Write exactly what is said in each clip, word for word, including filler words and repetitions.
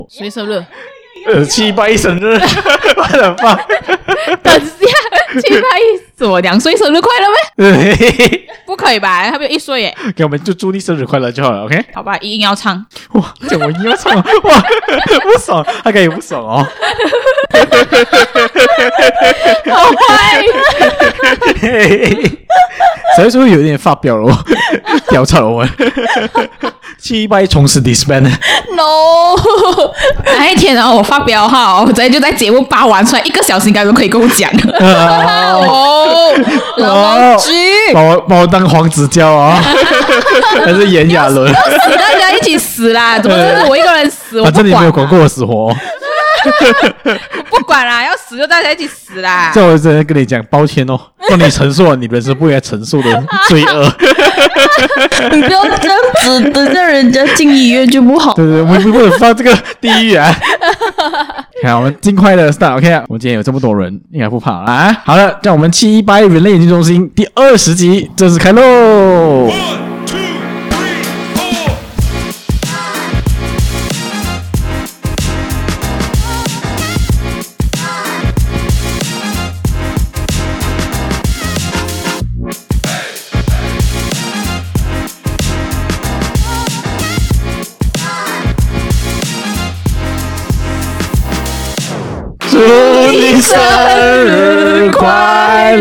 谁生日？ 呃，七八一生日，我的妈！ 等下，七八一，什么两岁生日快乐咩？不可以吧？他没有一岁耶。 给我们就祝你生日快乐就好了 ，OK？ 好吧，一定要唱。 哇，这我一定要唱哇，不爽，他可以不爽哦。 好坏。 所以说有点发飙了哦，调查了我们。七百从此 disband no 那一天啊我发飙哈，我直接就在节目扒完出来一个小时应该都可以跟我讲哦老王居把我把我当黄子佼啊还是炎亚纶死大家一起死啦，怎么是我一个人死我不管， 反正你没有管过我死活不管啦，要死就大家一起死啦。 这我真的跟你讲抱歉哦，让你承受了你人生不应该承受的罪恶你不要这样子，等下人家进医院就不好。 对对，我们不能放这个地狱啊看我们尽快的 start OK 啊，我们今天有这么多人应该不怕啊。好了，让我们七一八人类研究中心第二十集正式开喽。祝你生日快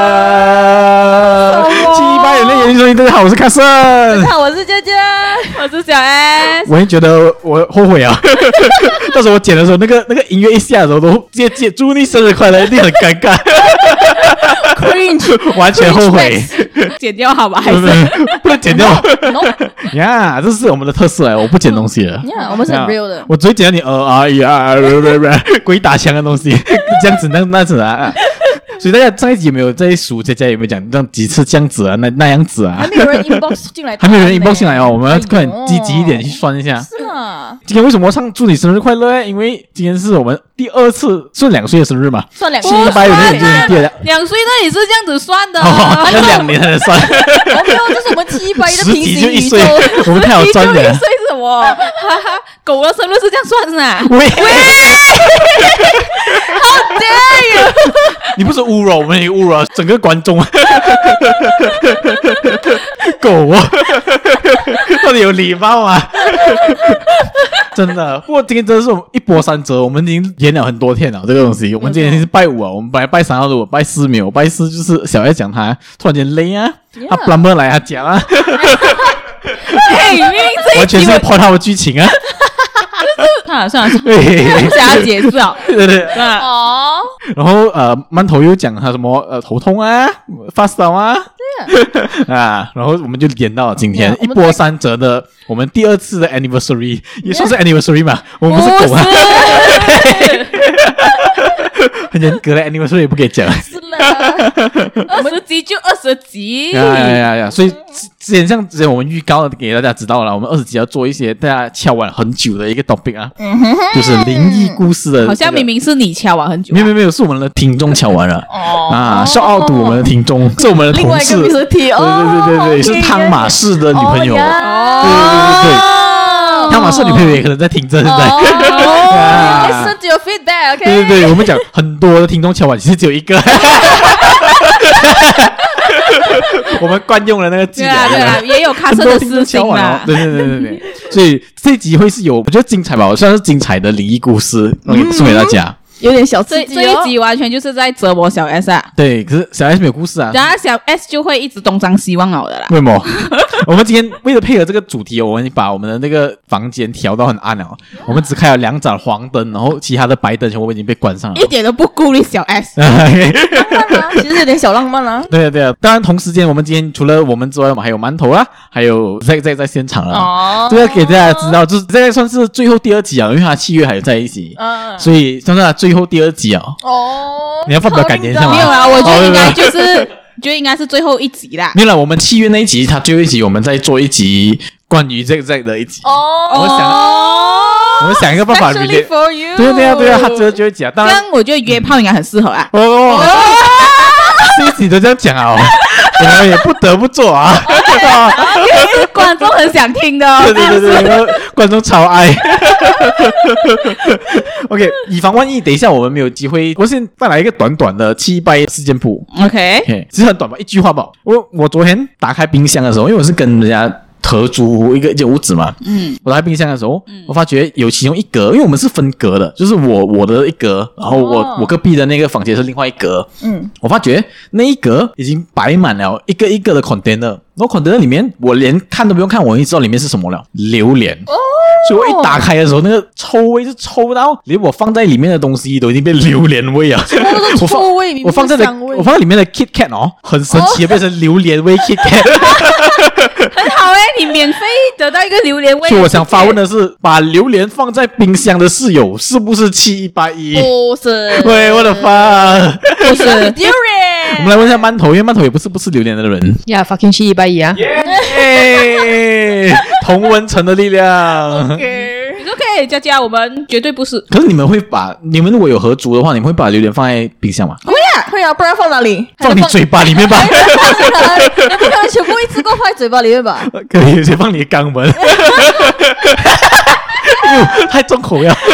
乐！七八人类研究中心，大家好，我是卡森。 大家好，我是佳佳， 我是小 S。 我已经觉得我后悔啊！到时候我剪的时候，那个那个音乐一下的时候，都直接接祝你生日快乐，一定很尴尬。 cringe 完全后悔。 剪掉好吧？还是不能剪掉？ no 呀，这是我们的特色哎，我不剪东西了。 呀，我们是很 real 的。 我只会剪到你呃啊呀，鬼打墙的东西，这样子那那子啊。所以大家上一集有没有在数？佳佳有没有讲这样几次这样子啊？那那样子啊？ 还没有人 inbox 进来， 还没有人 inbox 进来哦。我们要快点积极一点去算一下。 是吗？ 今天为什么要唱祝你生日快乐呢？因为今天是我们第二次算两岁的生日嘛。 算两七百人类就是第二两岁那里是这样子算的， 哦，要两年才算。 哦，没有，这是我们七百的平行宇宙。 我们太好赚了。 一岁是什么？哈哈，狗的生日是这样算的啊？ 喂喂， 好 dare you！ 你不是侮辱我们，你侮辱了整个观众。狗啊，到底有礼貌吗？真的，不过今天真的是一波三折，我们已经演了很多天了这个东西。我们今天是拜五啊，我们本来拜三号的，我拜四没有，拜四就是小爱讲他突然间累啊， yeah. 他 plumber 来他讲啊，完全是泡他的剧情啊。 算了算了，不想要解释哦。 对对哦， 然后呃，馒头又讲他什么呃头痛啊、发烧啊，对啊，然后我们就连到了今天一波三折的我们第二次的 anniversary， 也算是 anniversary 嘛，我们不是狗啊，很严格的 anniversary 也不可以讲。 是啦， 二十集就二十集， 呀呀呀呀！所以之前像之前我们预告的给大家知道了，我们二十集要做一些大家敲完很久的一个 topic 啊，就是灵异故事的、这个。 好像明明是你敲完很久、啊， 没有没有没有，是我们的听众敲完了。哦啊，shout out to我们的听众，是我们的同事。 另外一个 Mister T， 对对对对对，是汤马士的女朋友。 哦， 对对对对。汤马士女朋友也可能在听着现在。 哦 ，listen to your feedback，OK？ 对对对，我们讲很多的听众敲完，其实只有一个。我们惯用了那个伎俩， 对啊对啊，也有卡森的私心啦。 对对对对对，所以这一集会是有我觉得精彩吧，算是精彩的灵异故事，嗯、送给大家。 有点小刺激、哦、 这这一集完全就是在折磨小 S 啊。 对，可是小 S 没有故事啊。 然后小 S 就会一直东张西望好的啦。 为什么？我们今天为了配合这个主题，我们把我们的那个房间调到很暗了，我们只开了两盏黄灯，然后其他的白灯全部已经被关上了， 一点都不顾虑小 S。 浪漫啊，其实有点小浪漫啊。 对啊对啊，当然同时间我们今天除了我们之外，我们还有馒头啦，还有在在在现场啦。哦，这个给大家知道，就是这个算是最后第二集啊，因为他七月还有在一起，嗯，所以算是他最后第二集啊。哦，你要发表感言一下吗？ 没有啊，我觉得应该就是，就应该是最后一集啦。 没有了，我们七月那一集，他最后一集，我们再做一集关于这个这个的一集。哦，我们想，我们想一个办法 relate。对啊对啊对啊，他最后就会讲。当然， 我觉得约炮应该很适合啊。 哦，这一集都这样讲啊，我们也不得不做啊。 观众很想听的、哦。 对对对对，然后观众超爱。OK， 以防万一，等一下我们没有机会，我先带来一个短短的七拜事件簿。 OK， OK， 其实很短吧，一句话吧。我我昨天打开冰箱的时候，因为我是跟人家合租一个一间屋子嘛，嗯，我打开冰箱的时候，嗯、我发觉有其中一格，因为我们是分隔的，就是我我的一格，然后我、哦、我隔壁的那个房间是另外一格，嗯，我发觉那一格已经摆满了一个一个的 container， 然后 container 里面我连看都不用看，我已经知道里面是什么了，榴莲。哦。所以我一打开的时候，那个臭味是臭到连我放在里面的东西都已经变榴莲味啊！ 我臭味， 我放在的我放在里面的 Kit Kat 哦，很神奇的变成榴莲味 Kit Kat， 很好哎、欸，你免费得到一个榴莲味。 所以我想发问的是，把榴莲放在冰箱的室友是不是七一八一？ 不是， 喂，我的妈， 不是榴莲。 我们来问一下馒头，因为馒头也不是不吃榴莲的人。 呀、yeah, ，fucking 七一八一啊！ 耶，同温层的力量。 Okay. 你说可以，佳佳，我们绝对不是。 可是你们会把你们如果有合租的话，你们会把榴莲放在冰箱吗？ 会啊，会啊，不然放哪里？ 放你嘴巴里面吧。 你不可能全部一次过放在嘴巴里面吧？ 可以，先放你的肛门。太重口了。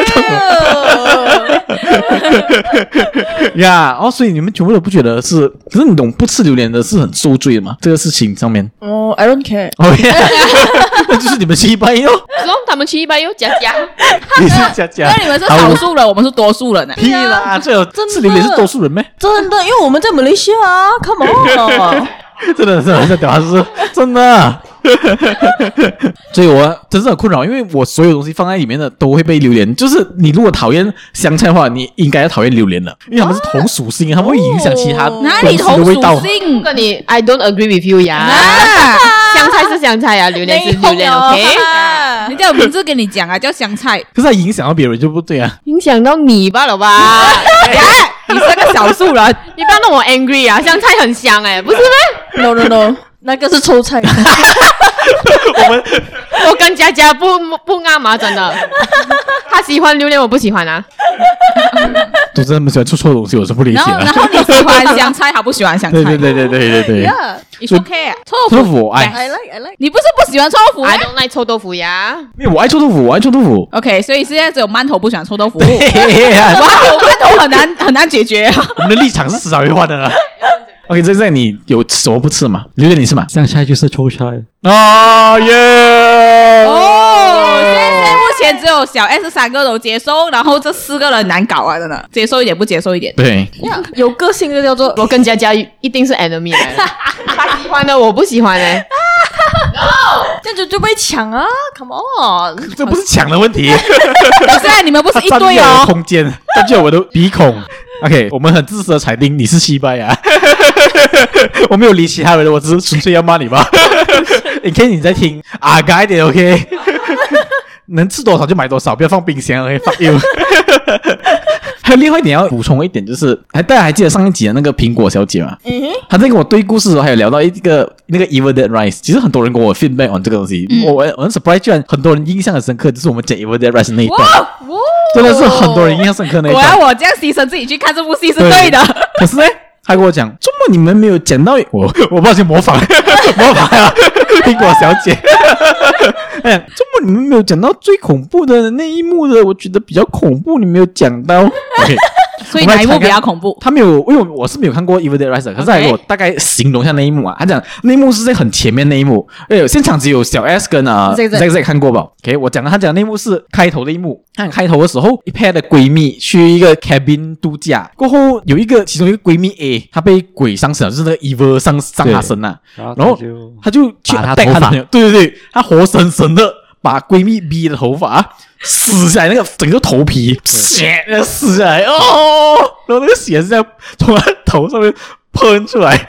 呀，哦，所以你们全部都不觉得是？可是你懂不吃榴莲的是很受罪的嘛？这个事情上面。 哦、oh, ，I don't care。 哦、oh, ，yeah, 那就是你们七一八一哦。 是哦，他们七一八一佳佳， 你是佳佳。 那你们是少数人，我们是多数人呢、欸。 屁啦，这有吃榴莲是多数人咩？ 真的，因为我们在马来西亚啊 ，Come on。 真的是很在屌，他是真的。所以我真是很困扰，因为我所有东西放在里面的都会被榴莲。就是你如果讨厌香菜的话，你应该要讨厌榴莲了，因为它们是同属性，它们会影响其他东西的味道。 哪里同属性？ 跟你 I don't agree with you 呀、啊。香菜是香菜啊，榴莲是榴莲 ，OK？ 你叫名字跟你讲啊，叫香菜。 可是它影响到别人就不对啊， 影响到你罢了吧？ 你是个少数人， 你不要弄我 angry 啊！香菜很香哎、欸，不是吗 ？No no no， 那个是臭菜。 我们我跟佳佳不不啱嘛，真的。他喜欢榴莲，我不喜欢啊。 都真的很喜欢臭臭的东西，我是不理解然后，然后你喜欢香菜，他不喜欢香菜。 对对对对对对对。 Yeah， it's okay。 臭豆腐我爱 ，I like I like。 你不是不喜欢臭豆腐 ？I don't like 臭豆腐呀。 没有，我爱臭豆腐，我爱臭豆腐。 OK， 所以现在只有馒头不喜欢臭豆腐。 哇， 馒头很难很难解决。 我们的立场是时常会换的啦。OK， 这在你有什么不吃吗？榴莲你吃吗？ 香菜就是臭菜。 哦耶！ 哦，现在目前只有小 S 三个都接受，然后这四个人难搞啊，真的接受一点不接受一点。 对， 有个性的叫做我跟佳佳一定是 enemy 来的，他喜欢的我不喜欢哎、欸。No， 这样就就被抢啊 ！Come on， 这不是抢的问题。 现在你们不是一堆哦？ 空间占据我的鼻孔。OK， 我们很自私的裁定你是西班牙。我没有理其他人，我只是纯粹要骂你吧。你可以你在听啊，改一点 OK。能吃多少就买多少，不要放冰箱 OK。Fuck you。还有另外一点要补充一点，就是还大家还记得上一集的那个苹果小姐吗？嗯哼，她在跟我对故事的时候，还有聊到一个那个 Evil Dead Rise。其实很多人跟我 feedback on 这个东西，嗯、我我很 surprise， 居然很多人印象很深刻，就是我们讲 Evil Dead Rise 那一段，真的是很多人印象深刻那一段。 果然我这样牺牲自己去看这部戏是对的。 对可是呢，他跟我讲，怎么你们没有讲到我？我不要去模仿模仿啊，苹果小姐。哎呀，怎么你们没有讲到最恐怖的那一幕的？我觉得比较恐怖，你没有讲到。OK， 所以哪一幕比较恐怖？ 他没有，因为我是没有看过《Evil Dead Rise》，可是他给我大概形容一下那一幕啊。他讲那一幕是在很前面那一幕，哎，现场只有小 S 跟啊 Z Z 看过吧 ？OK， 我讲他讲那一幕是开头的一幕。看开头的时候，一 pair 的闺蜜去一个 cabin 度假，过后有一个其中一个闺蜜 A， 她被鬼上身了，就是那个 Evil 上上她身了，然后她就去把她头发， 对对对，她活生生的把闺蜜 B 的头发撕下来，那个整个头皮血那撕下来哦，然后那个血是这样从她头上面喷出来。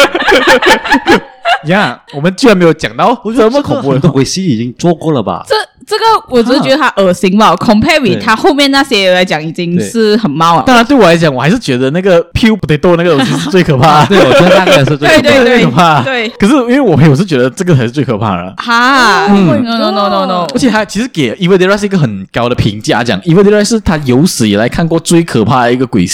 呀， yeah, 我们居然没有讲到这么恐怖的， 很多鬼戏已经做过了吧？ 这这个我只是觉得他恶心吧 ，compare with 他后面那些来讲已经是很冒了。 当然对我来讲，我还是觉得那个 peel potato 那个东西是最可怕的。 对，我觉得那个是最可怕的。 对对对， 最可怕。 对， 可是因为我朋友是觉得这个才是最可怕的。 哈、嗯、，no no no no no， 而且他其实给 Evil Dead Rise 一个很高的评价，讲 Evil Dead Rise 是他有史以来看过最可怕的一个鬼戏。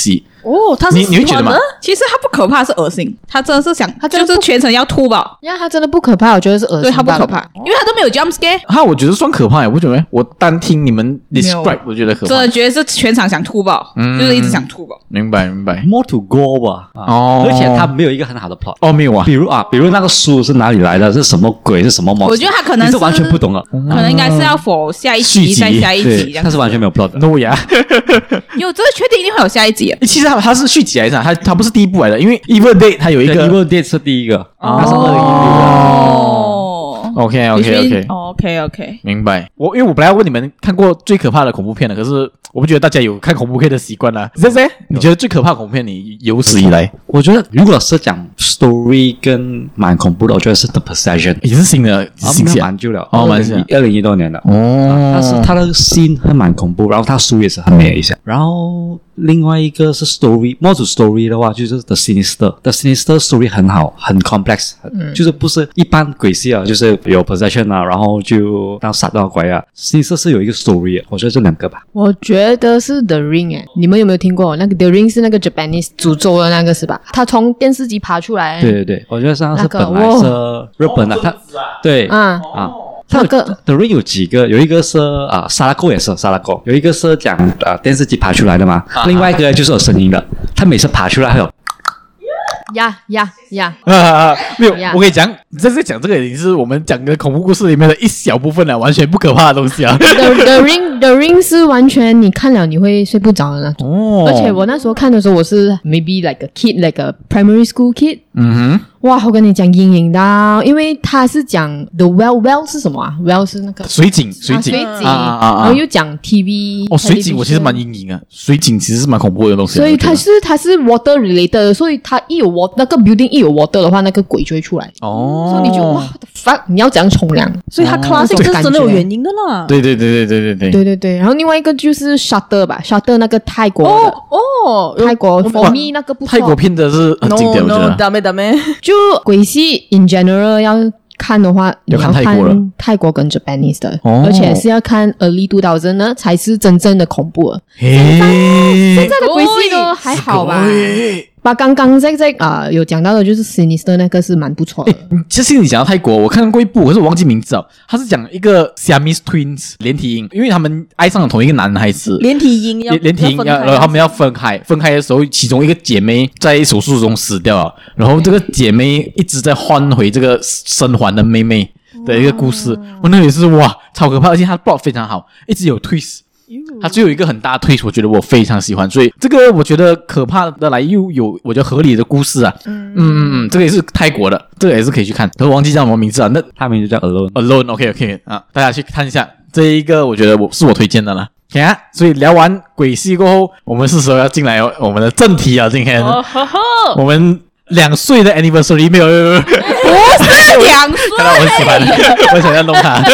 哦，他是你你会觉得吗？ 其实他不可怕，是恶心，他真的是想，他就是全程要吐吧。 因为他真的不可怕，我觉得是恶心。 对，他不可怕，因为他都没有 jump scare。 哈，我觉得算可怕，我觉得我单听你们 describe， 我觉得可怕。 真的觉得是全场想吐吧，嗯、就是一直想吐吧。 明白明白 ，more to go 吧。 哦， 而且他没有一个很好的 plot。 哦，没有啊。 比如啊，比如那个书是哪里来的？是什么鬼？是什么 monster？ 我觉得他可能是完全不懂啊， 可能应该是要 for 下一集再下一集， 他是完全没有 plot 的。 No 呀， 有这个确定一定会有下一集。 其实他他是续集来的，他他不是第一部来的，因为 Evil Dead 他有一个 Evil Dead 是第一个，他是二零一六哦。OK OK OK OK OK， 明白。我因为我本来要问你们看过最可怕的恐怖片的，可是我不觉得大家有看恐怖片的习惯啦。Z Z， 你觉得最可怕的恐怖片你有史以来？ 我觉得如果是讲 story 跟蛮恐怖的，我觉得是 The Possession， 也是新的， 新的蛮久了， 哦，蛮新， 二零一六年的哦。 但是它的 scene 还蛮恐怖，然后它书也是很美一下。然后另外一个是 story，more to story 的话就是 The Sinister，The Sinister story 很好，很 complex，嗯、就是不是一般鬼戏啊，就是有 possession 啊，然后就当杀到鬼啊。Sinister 是有一个 story 的，我觉得这两个吧。 我觉得是 The Ring 诶，你们有没有听过那个 The Ring 是那个 Japanese 诅咒的那个是吧？他从电视机爬出来。 对对对，我觉得上是本来是日本的，他对啊啊。那个 The Ring 有几个？有一个是啊，沙拉沟也是沙拉沟，有一个是讲啊电视机爬出来的嘛，另外一个就是有声音的，他每次爬出来还有。 呀呀呀！ 啊，没有，我跟你讲，这是讲这个已经是我们讲的恐怖故事里面的一小部分了，完全不可怕的东西啊。 The The Ring The Ring 是完全你看了你会睡不着的那种。哦。而且我那时候看的时候，我是 maybe like a kid, like a primary school kid。 嗯哼。 哇，我跟你讲阴影的，因为他是讲 The Well Well 是什么啊 ？Well 是那个水井，水井， 水井， 啊啊啊！ 然后又讲 T V。 哦，水井我其实蛮阴影啊，水井其实是蛮恐怖的东西。 所以它是它是 water related 的，所以它一有 water 那个 building 一有 water 的话，那个鬼就会出来。 哦， 所以你就哇 fuck， 你要怎样冲凉？ 所以它 classic 是真的有原因的啦。 对对对对对对对对对对。然后另外一个就是 Shutter 吧 ，Shutter 那个泰国的哦， 泰国 for me 那个不错。 泰国片的是很经典，我觉得。 ダメダメ。 就鬼戏 in general 要看的话， 要看泰国了， 泰国跟 Japanese 的， 哦、 而且是要看 early two thousand 呢，才是真正的恐怖了。 现在现在的鬼戏都还好吧？把刚刚在在啊、呃、有讲到的就是 Sinister 那个是蛮不错的。 其实你讲到泰国，我看过一部，可是我忘记名字了。他是讲一个 Siamese twins 连体婴，因为他们爱上了同一个男孩子。 连体婴要连体婴要，然后他们要分开。分开的时候，其中一个姐妹在手术中死掉了，然后这个姐妹一直在换回这个生还的妹妹的一个故事。我那也是哇，超可怕，而且它 plot 非常好，一直有 twist。它最后一个很大的推，我觉得我非常喜欢，所以这个我觉得可怕的来又有我觉得合理的故事啊，嗯嗯嗯，这个也是泰国的，这个也是可以去看，可是我忘记叫什么名字啊，那它名字叫 Alone Alone OK OK 啊，大家去看一下这一个，我觉得我是我推荐的啦。OK 啊，所以聊完鬼戏过后，我们是时候要进来我们的正题啊，今天、哦、呵呵我们两岁的 anniversary 没有， 不是两岁， 看到我很喜欢，我想要弄它。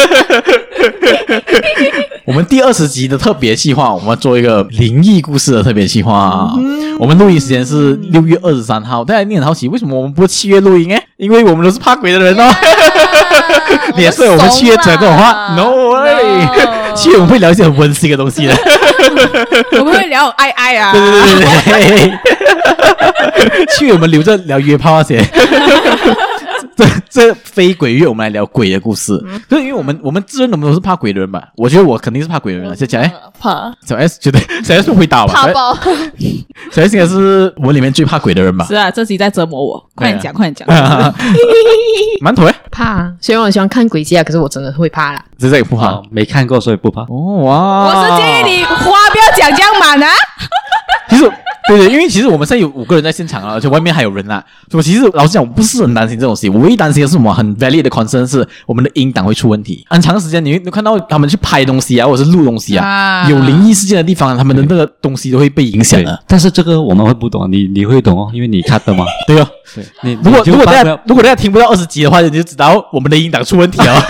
我们第二十集的特别企划，我们要做一个灵异故事的特别企划。嗯、我们录音时间是六月二十三号，大家一定很好奇，为什么我们不七月录音？哎，因为我们都是怕鬼的人哦。你也是我们七月讲这种话 ？No way！ 七月我们会聊一些很温馨的东西的。 我们会聊爱爱啊。 对对对对对。七月我们留着聊约炮那些。这这非鬼月，我们来聊鬼的故事。嗯、就是因为我们我们自认我们都是怕鬼的人吧？我觉得我肯定是怕鬼的人了。小贾哎， 怕小 S 觉得小 S 会打吧？ 怕爆。 小 S 应该是我们里面最怕鬼的人吧？ 是啊，这集在折磨我。快点讲，快点讲。 馒头哎， 怕。虽然我喜欢看鬼戏啊，可是我真的会怕啦。 这也不怕、哦， 没看过所以不怕。 哦哇！ 我是建议你话不要讲这样满啊。 其实。对对，因为其实我们现在有五个人在现场啊，而且外面还有人啊，所以其实老实讲，我不是很担心这种事情。我唯一担心的是什么？很 valid 的 concern 是我们的音档会出问题。很长时间你会看到他们去拍东西啊，或者是录东西啊，啊有灵异事件的地方，他们的那个东西都会被影响的。 但是这个我们会不懂，你你会懂哦，因为你看的嘛。 对哦， 对你如果如果大家如果大家听不到二十集的话，你就知道我们的音档出问题哦。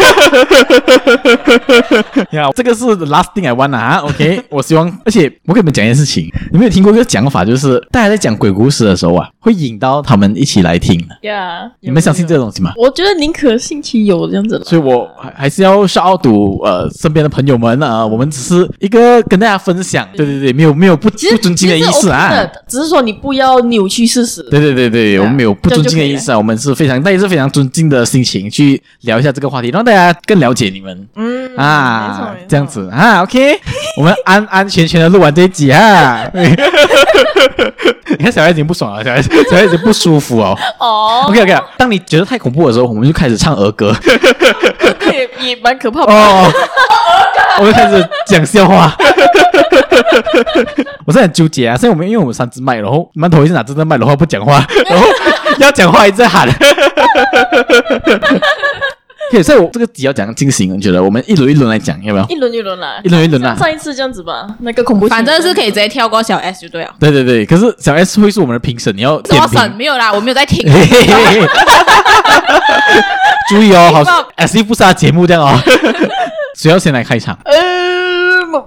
呀，这个是 last thing I want 啊 ，OK， 我希望，而且我跟你们讲一件事情，你们有听过一个讲法， 就是大家在讲鬼故事的时候啊，会引到他们一起来听的。 呀， 你们相信这个东西吗？ 我觉得宁可信其有这样子了。 所以我还还是要 shout out to 呃身边的朋友们啊，我们只是一个跟大家分享，对对对，没有没有不不尊敬的意思啊， 其实 OK 的，只是说你不要扭曲事实。 对对对对， 对啊我们没有不尊敬的意思啊，我们是非常带着非常尊敬的心情去聊一下这个话题，让大家更了解你们。 嗯啊没错没错， 这样子啊 ，OK， 我们安安全全的录完这一集啊。你看小孩已经不爽了，小孩小孩已经不舒服哦。 哦 OK OK， 当你觉得太恐怖的时候，我们就开始唱儿歌。 这个也也蛮可怕的。 哦，我们开始讲笑话。我是很纠结啊，现在我们因为我们三支麦，然后馒头一直拿这支麦的话不讲话，然后要讲话一直在喊。OK， 所以我这个集要讲进行，你觉得我们一轮一轮来讲，要不要？ 一轮一轮来， 一轮一轮啊像上一次这样子吧，那个恐怖情人， 反正是可以直接跳过小 S 就对了。 对对对，可是小 S 会是我们的评审，你要点什么评。 神没有啦，我没有在听。 嘿嘿嘿嘿注意哦，好像 S E 不是他节目这样哦。谁要先来开场？ 呃，我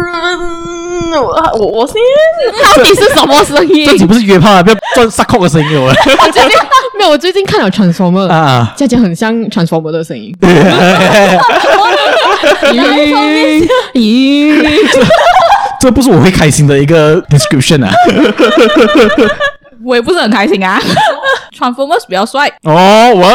我我先， 到底是什么声音？ 这集不是约炮啊，不要转撒扣的声音有了我最近没有，我最近看了 Transformer， 啊！ 佳佳很像 Transformer 的声音。 咦咦， 这不是我会开心的一个 description 啊！ 我也不是很开心啊。Transformers 比较帅。 哦，我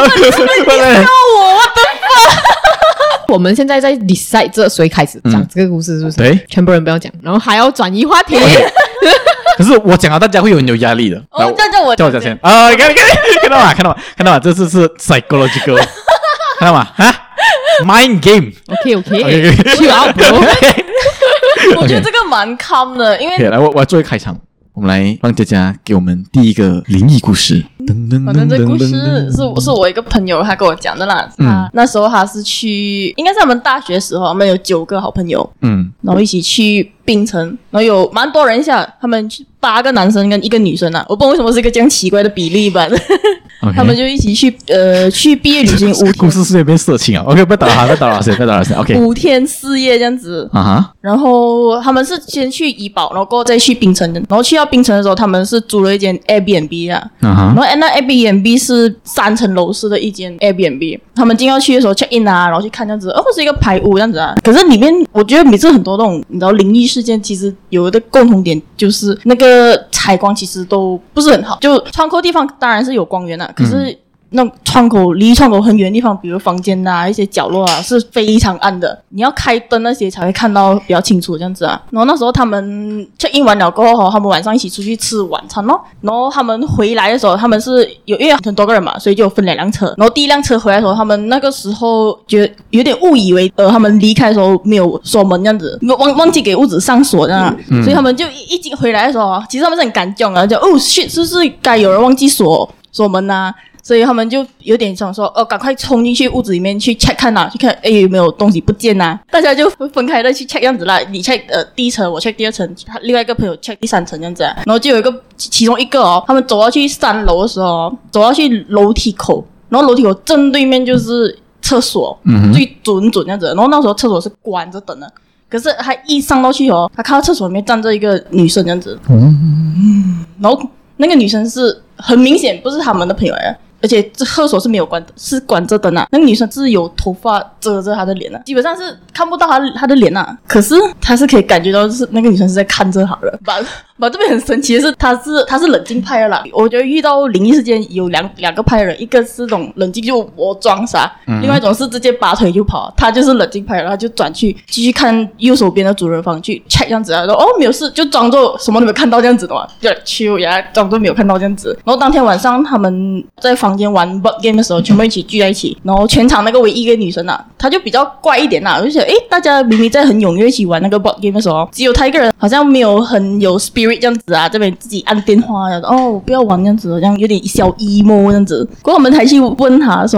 我们现在在 decide 这谁开始讲这个故事，是不是？ 对， 全部人不要讲，然后还要转移话题。 可是我讲了，大家会有很有压力的。 哦，这样叫我叫我讲先啊！你看，你看，看到吗？看到吗？看到吗？这次是 psychological， 看到吗？啊 ，mind game。 OK OK， OK， 去啊 bro。 我觉得这个蛮 calm 的，因为 OK， 来，我我要做一个开场。我们来帮佳佳给我们第一个灵异故事。 反正这故事是是我一个朋友他跟我讲的啦。 嗯他那时候他是去，应该是他们大学时候，他们有九个好朋友， 嗯然后一起去槟城，然后有蛮多人一下，他们去八个男生跟一个女生啊，我不知道为什么是一个这样奇怪的比例吧。 ，OK， 他们就一起去呃去毕业旅行五天， 故事是有点色情啊。OK， 不要打扰他，不要打扰谁，不要打扰谁。OK， 五天四夜这样子。 啊哈， 然后他们是先去怡保，然后过后再去槟城的。然后去到槟城的时候，他们是租了一间 Airbnb 啊。然啊哈， 后那 Airbnb 是三层楼式的一间 Airbnb，他们进要去的时候 check in 啊，然后去看这样子，哦，是一个排屋这样子啊。可是里面我觉得每次很多那种你知道灵异事件，其实有的共同点就是那个采光其实都不是很好，就窗口地方当然是有光源啊，可是那种窗口离窗口很远的地方，比如房间啊一些角落啊是非常暗的，你要开灯那些才会看到比较清楚这样子啊。然后那时候他们 check in 完了过后，他们晚上一起出去吃晚餐咯。然后他们回来的时候，他们是有因为很多个人嘛，所以就有分两辆车。然后第一辆车回来的时候，他们那个时候觉得有点误以为呃他们离开的时候没有锁门这样子，忘忘记给屋子上锁这样、啊嗯所以他们就一一进回来的时候啊，其实他们是很感动啊，就哦 shit 是不是该有人忘记锁锁门啊？所以他们就有点想说，哦，赶快冲进去屋子里面去 check 看啊，去看，哎，有没有东西不见啊？大家就分开的去 check 样子啦。你 check 呃第一层，我 check 第二层，他另外一个朋友 check 第三层这样子、啊。然后就有一个其其中一个哦，他们走到去三楼的时候、哦，走到去楼梯口，然后楼梯口正对面就是厕所， 嗯哼最准准这样子。然后那时候厕所是关着灯的，可是他一上到去哦，他看到厕所里面站着一个女生这样子，嗯，然后那个女生是很明显不是他们的朋友来的。而且这厕所是没有关，是关着灯啊。那个女生是有头发遮着她的脸啊，基本上是看不到她她的脸啊。可是她是可以感觉到，是那个女生是在看着她的。把把这边很神奇的是，她是她是冷静派的啦。我觉得遇到灵异事件有两两个派的人，一个是这种冷静就我装傻， 嗯、 另外一种是直接拔腿就跑。她就是冷静派的，她就转去继续看右手边的主人房去 check 这样子啊，说哦没有事，就装作什么都没有看到这样子的嘛，就 chill 呀，装作没有看到这样子。然后当天晚上他们在房间玩 board game 的时候，全部一起聚在一起，然后全场那个唯一一个女生啊，她就比较怪一点啦、啊，我就想，诶，大家明明在很踊跃一起玩那个 board game 的时候，只有她一个人好像没有很有 spirit 这样子啊，这边自己按电话，哦，我不要玩这样子，这样有点小 emo 这样子。过后我们才去问她说，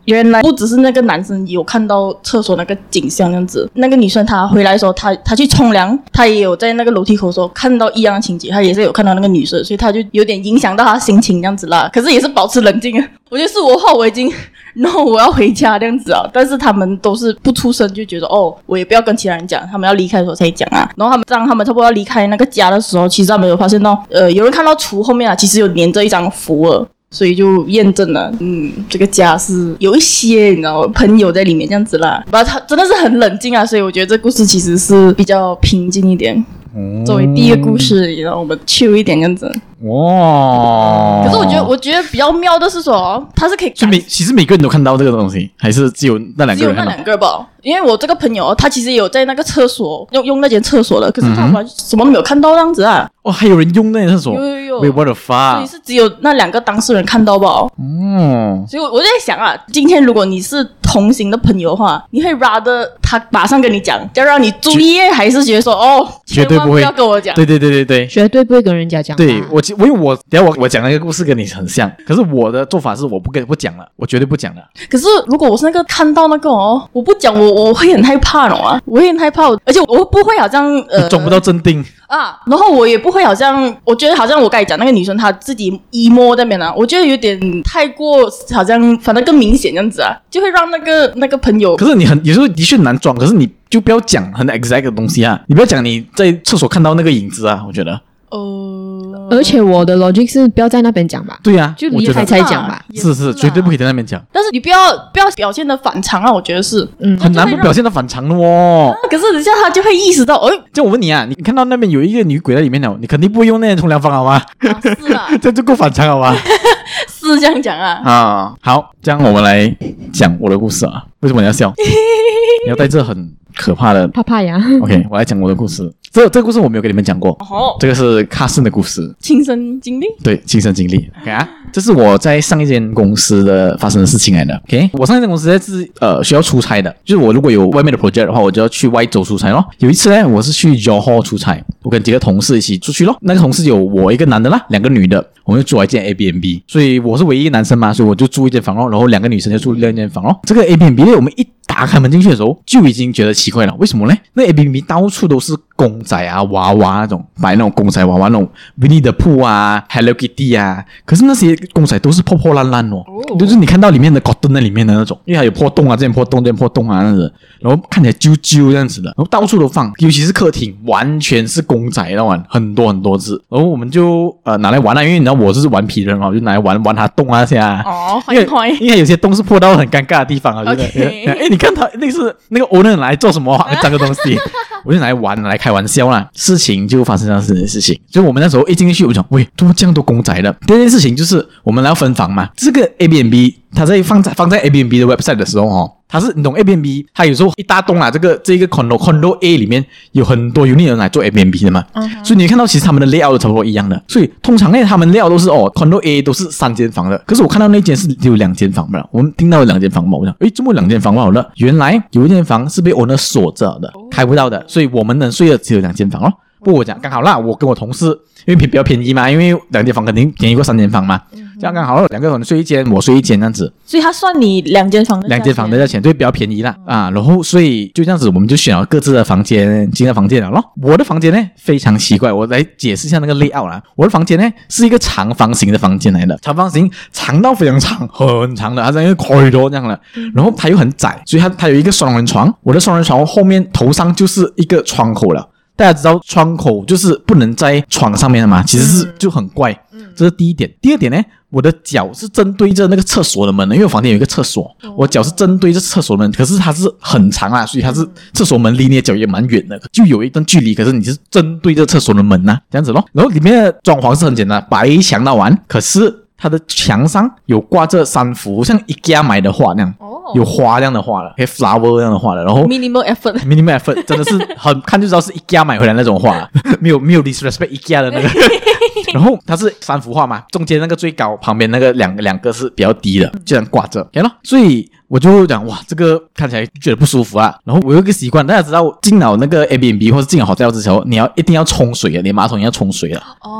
原来不只是那个男生有看到厕所那个景象这样子，那个女生她回来的时候，她她去冲凉，她也有在那个楼梯口的时候看到一样的情节，她也是有看到那个女生，所以她就有点影响到她心情这样子啦。可是也是保持冷静啊。我觉得是我的话，我已经然后我要回家这样子啊，但是他们都是不出声，就觉得哦，我也不要跟其他人讲，他们要离开的时候才讲啊。然后他们当他们差不多要离开那个家的时候，其实他们有发现到，呃，有人看到厨后面啊，其实有粘着一张符耳。所以就验证了，嗯，这个家是有一些你知道朋友在里面这样子啦。不，他真的是很冷静啊，所以我觉得这故事其实是比较平静一点。 嗯、 作为第一个故事，然后我们 chill 一点这样子。 哇！ 可是我觉得，我觉得比较妙的是说，他是可以就每其实每个人都看到这个东西，还是只有那两个人看到？ 只有那两个吧。因为我这个朋友，他其实也有在那个厕所用用那间厕所的，可是他完什么都没有看到这样子啊。 哦，还有人用那间厕所？ 有有有。 Wait, what the fuck？ 所以是只有那两个当事人看到吧？ 哦。 所以我就在想啊，今天如果你是同行的朋友的话，你会 rather 他马上跟你讲，要让你注意，还是觉得说哦， 绝对不会不要跟我讲？ 对对对对对， 绝对不会跟人家讲。 对我，我因为我等一下我我讲那个故事跟你很像，可是我的做法是我不跟不讲了，我绝对不讲了。 可是如果我是那个看到那个哦，我不讲，我我会很害怕的啊，我会很害怕，而且我不会好像呃装不到镇定啊，然后我也不会好像，我觉得好像我刚才讲那个女生她自己 emo 在那边啊，我觉得有点太过，好像反正更明显这样子啊，就会让那个那个朋友。 可是你很有时候的确难装，可是你就不要讲很 exact 的东西啊，你不要讲你在厕所看到那个影子啊，我觉得。 呃， 而且我的 logic 是不要在那边讲吧， 对啊， 就离开才讲吧。 是是，绝对不可以在那边讲。 但是你不要不要表现的反常啊，我觉得是， 嗯， 很难不表现的反常的哦。 啊、可是等下他就会意识到，哎， 就我问你啊，你看到那边有一个女鬼在里面了，你肯定不会用那间冲凉房好吗？ 啊是啊， 这就够反常好吗？ 是这样讲啊。 啊，好，这样我们来讲我的故事啊。为什么你要笑？你要带这很可怕的怕怕呀。 OK， 我来讲我的故事。这这个故事我没有跟你们讲过， 哦， 这个是卡森的故事， 亲身经历。 对，亲身经历。OK 啊，这是我在上一间公司的发生的事情来的。OK， 我上一间公司在是呃需要出差的，就是我如果有外面的 project 的话，我就要去外州出差咯。有一次呢，我是去 Johor 出差，我跟几个同事一起出去咯。那个同事有我一个男的啦，两个女的，我们就住了一间 Airbnb， 所以我是唯一一个男生嘛，所以我就住一间房咯，然后两个女生就住另一间房咯。这个 Airbnb 呢，我们一打开门进去的时候，就已经觉得奇怪了。为什么呢？那 Airbnb 到处都是公仔啊、娃娃那种，摆那种公仔娃娃那种 Winnie the Pooh 啊、Hello Kitty 啊。可是那些公仔都是破破烂烂哦，哦就是你看到里面的 cotton 那里面的那种，因为它有破洞啊，这边破洞，这边破洞啊，那样子，然后看起来揪揪这样子的，然后到处都放，尤其是客厅，完全是公仔那玩，很多很多只。然后我们就呃拿来玩啊，因为你知道我就是顽皮人嘛，我就拿来玩玩它洞啊那些啊。 哦， 因为坏坏因为有些洞是破到很尴尬的地方啊，对不对？哎，你看他那是那个 owner 来做什么啊？这个东西，我就拿来玩，拿来开玩笑啦。事情就发生这样子的事情，就我们那时候一进去，我讲喂，怎么这样多公仔的？第二件事情就是我们来要分房嘛，这个 Airbnb 它在放在放在 Airbnb 的 website 的时候哦。它是你懂 Airbnb， 它有时候一大栋啦，这个这个 condo condo A 里面有很多 unit 人来做 Airbnb 的嘛，嗯、所以你看到其实他们的 layout 都差不多一样的，所以通常呢他们 layout 都是哦 condo A 都是三间房的，可是我看到那间是只有两间房的，我们听到有两间房嘛，我想诶，怎么两间房好了？原来有一间房是被 owner 锁着的，开不到的，所以我们能睡的只有两间房咯。不过我讲刚好啦，我跟我同事因为比较便宜嘛，因为两间房肯定便宜过三间房嘛，嗯、这样刚好两个人睡一间，我睡一间这样子， 所以他算你两间房的两间房的价钱，对，比较便宜啦、嗯、啊，然后所以就这样子，我们就选了各自的房间，进了房间了咯。我的房间呢非常奇怪，我来解释一下那个 layout 啦。我的房间呢是一个长方形的房间来的，长方形长到非常长，很长的，它像一个 corridor 这样的，然后它又很窄，所以它它有一个双人床，我的双人床后面头上就是一个窗口了。大家知道窗口就是不能在床上面的嘛，其实是就很怪，这是第一点。第二点呢，我的脚是正对着那个厕所的门的，因为我房间有一个厕所，我脚是正对着厕所门，可是它是很长啊，所以它是厕所门离你的脚也蛮远的，就有一段距离，可是你是正对着厕所的门啊，这样子咯。然后里面的装潢是很简单，白墙那玩，可是它的墙上有挂着三幅像 IKEA 买的画那样，有花这样的画了，可以 flower 这样的画了，然后 minimal effort minimal effort 真的是很看就知道是 IKEA 买回来那种画，没有没有 disrespect IKEA 的那个。然后它是三幅画嘛，中间那个最高，旁边那个两个两个是比较低的，这样挂着 ，OK 咯。所以我就讲哇，这个看起来觉得不舒服啊。然后我有一个习惯，大家知道进了那个 Airbnb 或者进了 hotel 之后，你要一定要冲水的，你马桶要冲水的。哦。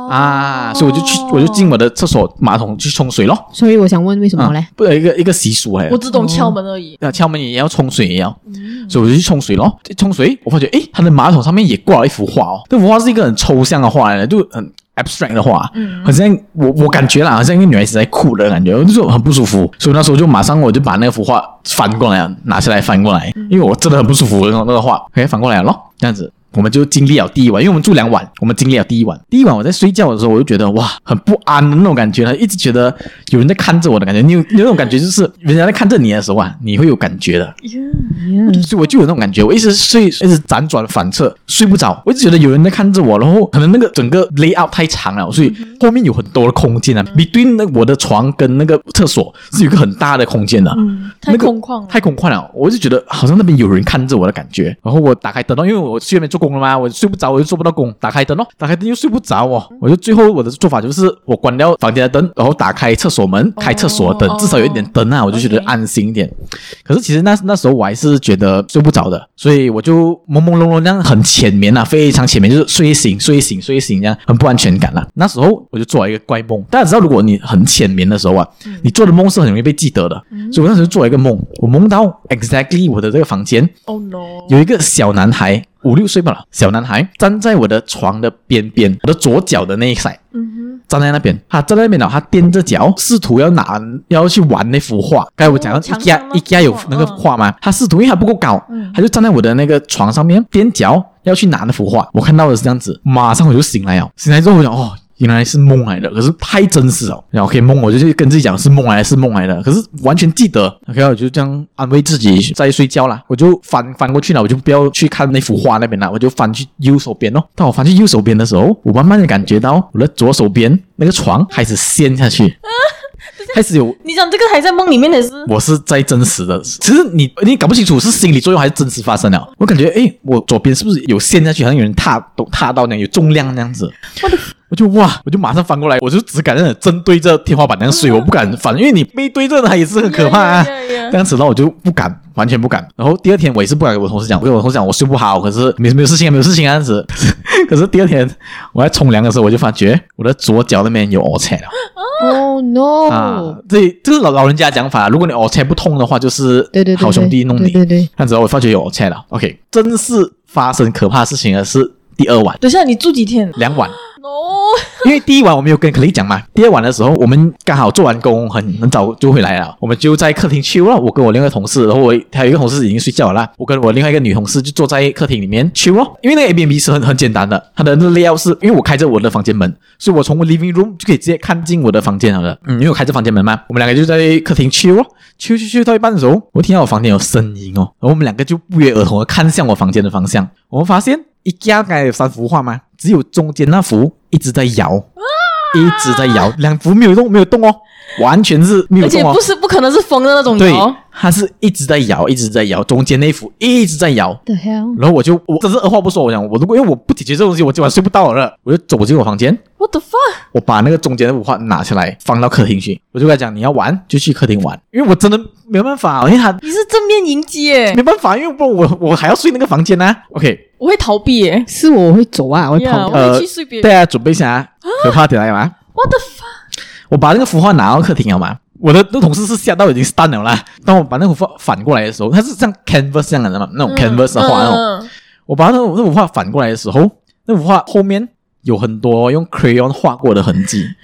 哦啊，所以我就去我就进我的厕所马桶去冲水咯。 所以我想问为什么嘞？ 啊、不有一个一个习俗哎， 我只懂敲门而已。 啊，敲门也要冲水也要，嗯、所以我就去冲水咯。冲水，我发觉诶，它的马桶上面也挂了一幅画哦。这幅画是一个很抽象的画来的，就很 abstract 的画，嗯，好像我我感觉啦，好像一个女孩子在哭的感觉，就是很不舒服。所以那时候就马上我就把那幅画翻过来，拿下来翻过来，因为我真的很不舒服那个画，可以翻过来了咯，这样子。我们就经历了第一晚，因为我们住两晚，我们经历了第一晚。第一晚我在睡觉的时候，我就觉得哇，很不安的那种感觉，一直觉得有人在看着我的感觉。你有有那种感觉，就是人家在看着你的时候啊，你会有感觉的。Yeah. 所以我就有那种感觉，我一直睡，一直辗转反侧，睡不着。我一直觉得有人在看着我，然后可能那个整个 layout 太长了，所以后面有很多的空间啊。between 那我的床跟那个厕所是有一个很大的空间的， 嗯，太空旷了、那個， 太空旷了。我就觉得好像那边有人看着我的感觉。然后我打开灯哦，因为我去那边做工了嘛，我睡不着，我就做不到工。打开灯哦，打开灯又睡不着哦，我就最后我的做法就是我关掉房间的灯，然后打开厕所门，开厕所的灯，哦、至少有一点灯啊，我就觉得安心一点。Okay. 可是其实那那时候我还是觉得睡不着的，所以我就朦朦胧胧那样很浅眠啊，非常浅眠，就是睡醒睡醒睡醒这样，很不安全感啦。那时候我就做了一个怪梦，大家知道如果你很浅眠的时候啊，嗯、你做的梦是很容易被记得的，嗯、所以我那时候做了一个梦，我梦到 exactly 我的这个房间， Oh no， 有一个小男孩。五六岁吧了，小男孩站在我的床的边边，我的左脚的那一塞，嗯哼，站在那边，他站在那边了，他踮着脚，试图要拿要去玩那幅画。刚才我讲到一家一家有那个画吗？嗯、他试图，因为他不够高，嗯、他就站在我的那个床上面，踮脚要去拿那幅画。我看到的是这样子，马上我就醒来了。醒来之后我讲哦。原来是梦来的，可是太真实了。然后 OK 梦，我就跟自己讲是梦来的，是梦来的，可是完全记得。OK， 我就这样安慰自己在睡觉啦。我就翻翻过去了，我就不要去看那幅画那边了，我就翻去右手边哦。当我翻去右手边的时候，我慢慢的感觉到我的左手边那个床开始陷下去。开始有， 你讲这个还在梦里面的是？ 我是在真实的，其实你你搞不清楚是心理作用还是真实发生了。我感觉诶，我左边是不是有陷下去，好像有人踏都踏到那样，有重量那样子。我的。我就哇，我就马上翻过来，我就只敢那针对着天花板那样睡，我不敢翻，因为你背对着它也是很可怕啊。Yeah, yeah, yeah. 这样子，然后我就不敢，完全不敢。然后第二天我也是不敢跟我同事讲，我跟我同事讲我睡不好，可是没没有事情啊，没有事情啊，这样子。可是第二天我在冲凉的时候，我就发觉我的左脚那边有凹陷了。 Oh no！ 啊，这这是老老人家讲法，如果你凹陷不痛的话，就是好兄弟弄你。 对对对， 这样子我发觉有凹陷了。OK， 真是发生可怕事情的是第二晚。 等一下，你住几天？ 两晚。 No， 因为第一晚我没有跟可丽讲嘛，第二晚的时候我们刚好做完工很很早就回来了，我们就在客厅chill了。我跟我另外一个同事，然后我还有一个同事已经睡觉了啦，我跟我另外一个女同事就坐在客厅里面chill了。因为那个 Airbnb 是很很简单的，它的那个 layout 是因为我开着我的房间门，所以我从 living room 就可以直接看进我的房间好了。嗯，因为我开着房间门嘛，我们两个就在客厅chill了，chill chill chill到一半的时候，我听到我房间有声音哦，然后我们两个就不约而同的看向我房间的方向，我们发现一家刚才有三幅画吗？只有中间那幅一直在摇，一直在摇，两幅没有动，没有动哦，完全是没有动哦， 而且不是不可能是风的那种摇， 对，它是一直在摇，一直在摇，中间那幅一直在摇。 The hell？ 然后我就我真是二话不说，我讲我如果因为我不解决这东西，我今晚睡不到了，我就走进我房间。 What the fuck？ 我把那个中间那幅画拿下来，放到客厅去。我就跟他讲，你要玩就去客厅玩，因为我真的没有办法，因为他你是正面迎击耶， 没办法，因为不我我还要睡那个房间啊。OK， 我会逃避耶， 是我我会走啊，我会跑。 Yeah, 我会去睡别人。 呃，大家准备一下啊，可怕点来嘛。 What the fuck？ 我把那个幅画拿到客厅了嘛。我的那同事是吓到已经 stun 了啦。当我把那幅画反过来的时候，它是像 canvas 这样的嘛，那种 canvas 的画那种。嗯嗯、我把那那幅画反过来的时候，那幅画后面有很多用 crayon 画过的痕迹。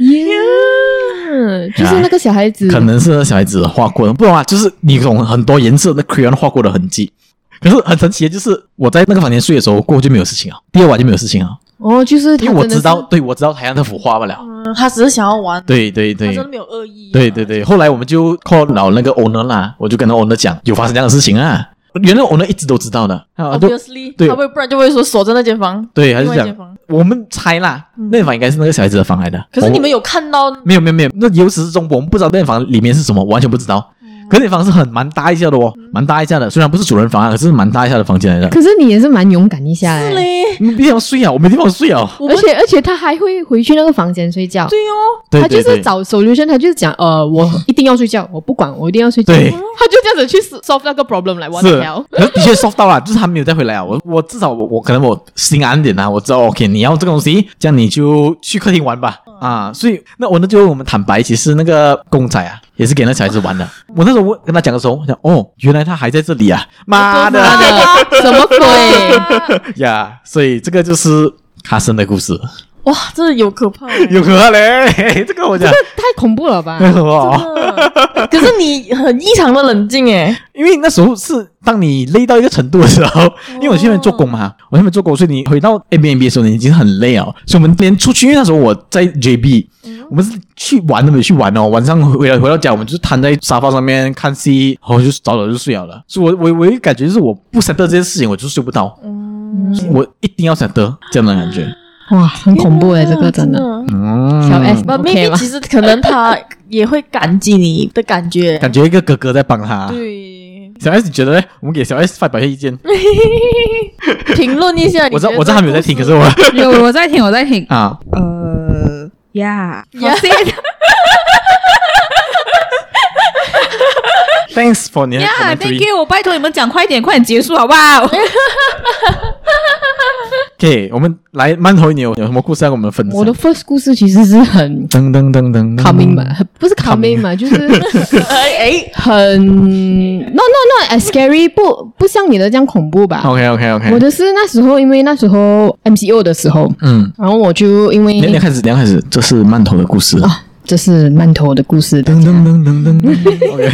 Yeah， 就是那个小孩子， 可能是小孩子画过的，不懂啊，就是你用很多颜色的 crayon 画过的痕迹。可是很神奇的就是，我在那个房间睡的时候，过后就没有事情啊，第二晚就没有事情啊。 哦，就是他因为我知道，对我知道他要那幅画不了。 嗯，他只是想要玩。 对对对， 他真的没有恶意。 对对对，后来我们就 call 老那个 owner 啦，我就跟那 owner 讲，有发生这样的事情啊。原来 owner 一直都知道的。啊、 Obviously， 对， 他会不然就会说锁着那间房。 对，还是讲我们猜啦，嗯、那间房应该是那个小孩子的房来的。 可是你们有看到？ 没有没有没有，那由始至终我们不知道那间房里面是什么，完全不知道。 可是你房是很蛮大一下的哦，蛮大一下的，虽然不是主人房啊，可是蛮大一下的房间来的。 可是你也是蛮勇敢一下哎。 是嘞， 没地方睡啊，我没地方睡啊。 而且而且他还会回去那个房间睡觉。 对哦， 对他就对对是找 solution， 他就是讲呃，我一定要睡觉，我不管，我一定要睡觉。 对他就这样子去 solve 那个 problem 来 what 是 the hell。， 可是的确 soft 到了，就是他没有再回来啊。我我至少我我可能我心安点啊，我知道 OK， 你要这个东西，这样你就去客厅玩吧。啊，所以那我那就我们坦白，其实那个公仔啊，也是给那小孩子玩的。我那时候我跟他讲的时候，我讲哦，原来他还在这里啊，妈的妈的，什么鬼？ 呀！所以这个就是卡森的故事， 哇，真的有可怕耶， 有可怕嘞，这个我讲。 太恐怖了吧？ 哇！ 可是你很异常的冷静诶， 因为那时候是当你累到一个程度的时候，因为我去那边做工嘛，我在那边做工，所以你回到 Airbnb 的时候，你已经很累了，所以我们连出去，因为那时候我在 J B，、嗯、我们是去玩都没有去玩哦，晚上回来回到家，我们就是瘫在沙发上面看戏，然后就早早就睡了了。所以我我我感觉就是我不想得这件事情，我就睡不到，嗯，我一定要想得这样的感觉。 哇，很恐怖诶，这个真的。 嗯， 小 S But OK maybe 吗？ 其实可能他也会感激你的感觉， 感觉一个哥哥在帮他。 对， 小 S 你觉得呢？我们给小 S 发表一下意见。 评论一下。 我知道我知道他没有在听，可是我有我在听，我在听。 啊， 呃呀， 呀 Thanks for 你的呀 commentary。 ，Thank you，我拜托你们讲快点，快点结束好不好？ OK， 我们来馒头，你有有什么故事要跟我们分享？ 我的 first 故事其实是很噔噔噔噔 calming 嘛，不是 calming 嘛，就是哎， 很 no no no as scary， 不不像你的这样恐怖吧。 OK OK OK， 我的是那时候，因为那时候 M C O 的时候， 嗯， 然后我就因为你你开始，你开始，这是馒头的故事。 啊，这是馒头的故事。 噔噔噔噔噔噔 ，OK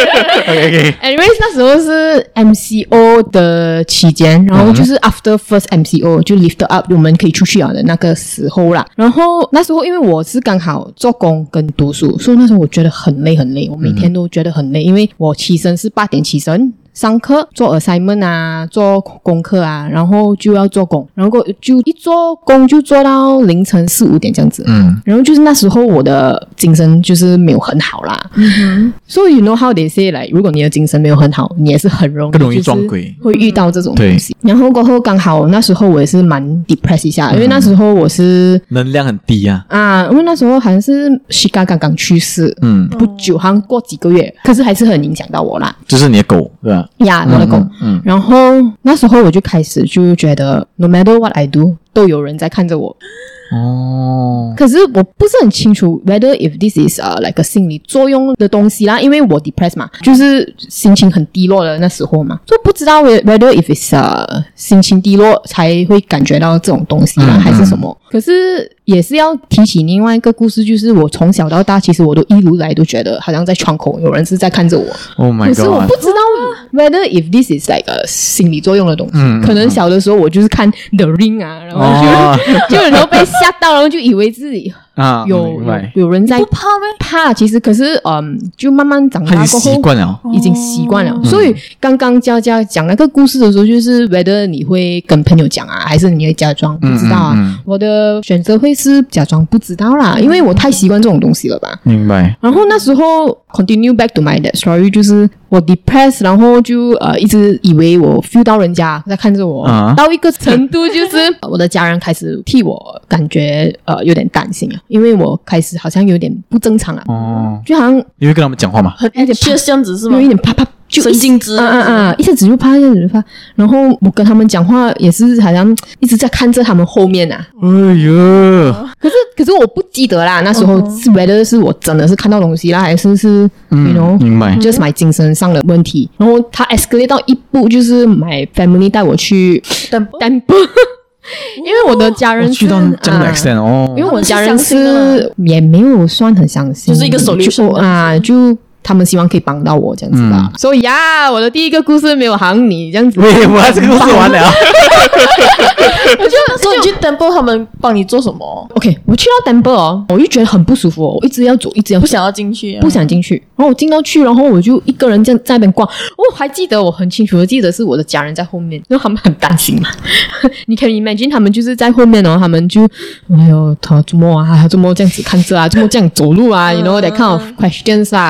OK OK， Anyways， 那时候是 M C O 的期间，然后就是 after first M C O 就 lift up， 我们可以出去了的那个时候啦。然后那时候因为我是刚好做工跟读书，所以那时候我觉得很累很累，我每天都觉得很累，因为我起身是八点起身。上课做 assignment 啊，做功课啊，然后就要做工，然后就一做工就做到凌晨四五点这样子。 嗯， 然后就是那时候我的精神就是没有很好啦。嗯哼。So you know how they say like， 如果你的精神没有很好，你也是很容易更容易撞鬼， 会遇到这种东西。然后过后刚好那时候我也是蛮 depressed 一下，因为那时候我是能量很低啊。 啊，因为那时候好像是 Shika 刚刚去世， 嗯， 不久，好像过几个月，可是还是很影响到我啦。 就是你的狗，对吧？ 呀，我的狗。 嗯嗯， 然后那时候我就开始就觉得 ，no matter what I do， 都有人在看着我。 哦， 可是我不是很清楚 whether if this is uh, like a 心理作用的东西啦，因为我 depressed 嘛，就是心情很低落的那时候嘛，就不知道 whether if it's uh, 心情低落才会感觉到这种东西啦， 嗯、 还是什么？可是也是要提起另外一个故事，就是我从小到大，其实我都一路来都觉得好像在窗口有人是在看着我。 Oh my god！ 可是我不知道 whether if this is like a 心理作用的东西， 嗯、 可能小的时候我就是看 The Ring 啊，然后就、哦、就然后被吓到，然后就以为自己啊有有有人在不怕咩？ 怕，其实可是嗯，就慢慢长大过后， 习惯了， 已经习惯了。 哦、 所以刚刚佳佳讲那个故事的时候，就是 whether 你会跟朋友讲啊，还是你会假装不知道啊？ 嗯嗯嗯、 我的选择会是假装不知道啦，因为我太习惯这种东西了吧。 明白。 然后那时候 continue back to my that story， 就是我 depressed， 然后就呃一直以为我 feel 到人家在看着我， 啊、 到一个程度，就是我的家人开始替我感觉呃有点担心啊，因为我开始好像有点不正常啊， 哦， 就好像你会跟他们讲话吗？ 很有点怕这样子是吗？ 有一点怕怕。就神经质啊啊啊！一下子就怕，一下子就怕。然后我跟他们讲话也是好像一直在看着他们后面啊。 哎呦！ 可是可是我不记得啦，那时候是 whether 是我真的是看到东西啦，还是是、 嗯、 you know 明白 just my 精神上的问题。然后他 escalate 到一步，就是 my family 带我去等担保。因为我的家人是、 哦、去到这样的 extent、啊、哦， 因为我的家人是也没有算很相信， 就是一个solution 啊，就。他们希望可以帮到我这样子吧，嗯、所以呀，我的第一个故事没有好像你这样子。 喂，我这个故事完了。 我就那时候你去 Temple， 他们帮你做什么 ？OK， 我去到 Temple 哦，我就觉得很不舒服、哦，我一直要走，一直要不想要进去、啊， 不想进去。然后我进到去，然后我就一个人这样在那边逛。我还记得，我很清楚的记得是我的家人在后面，然后他们很担心嘛。你可以 imagine 他们就是在后面哦，他们就哎呦，他怎么啊，他怎么这样子看着啊，怎么这样走路啊 ，you know that kind of questions 啊呀。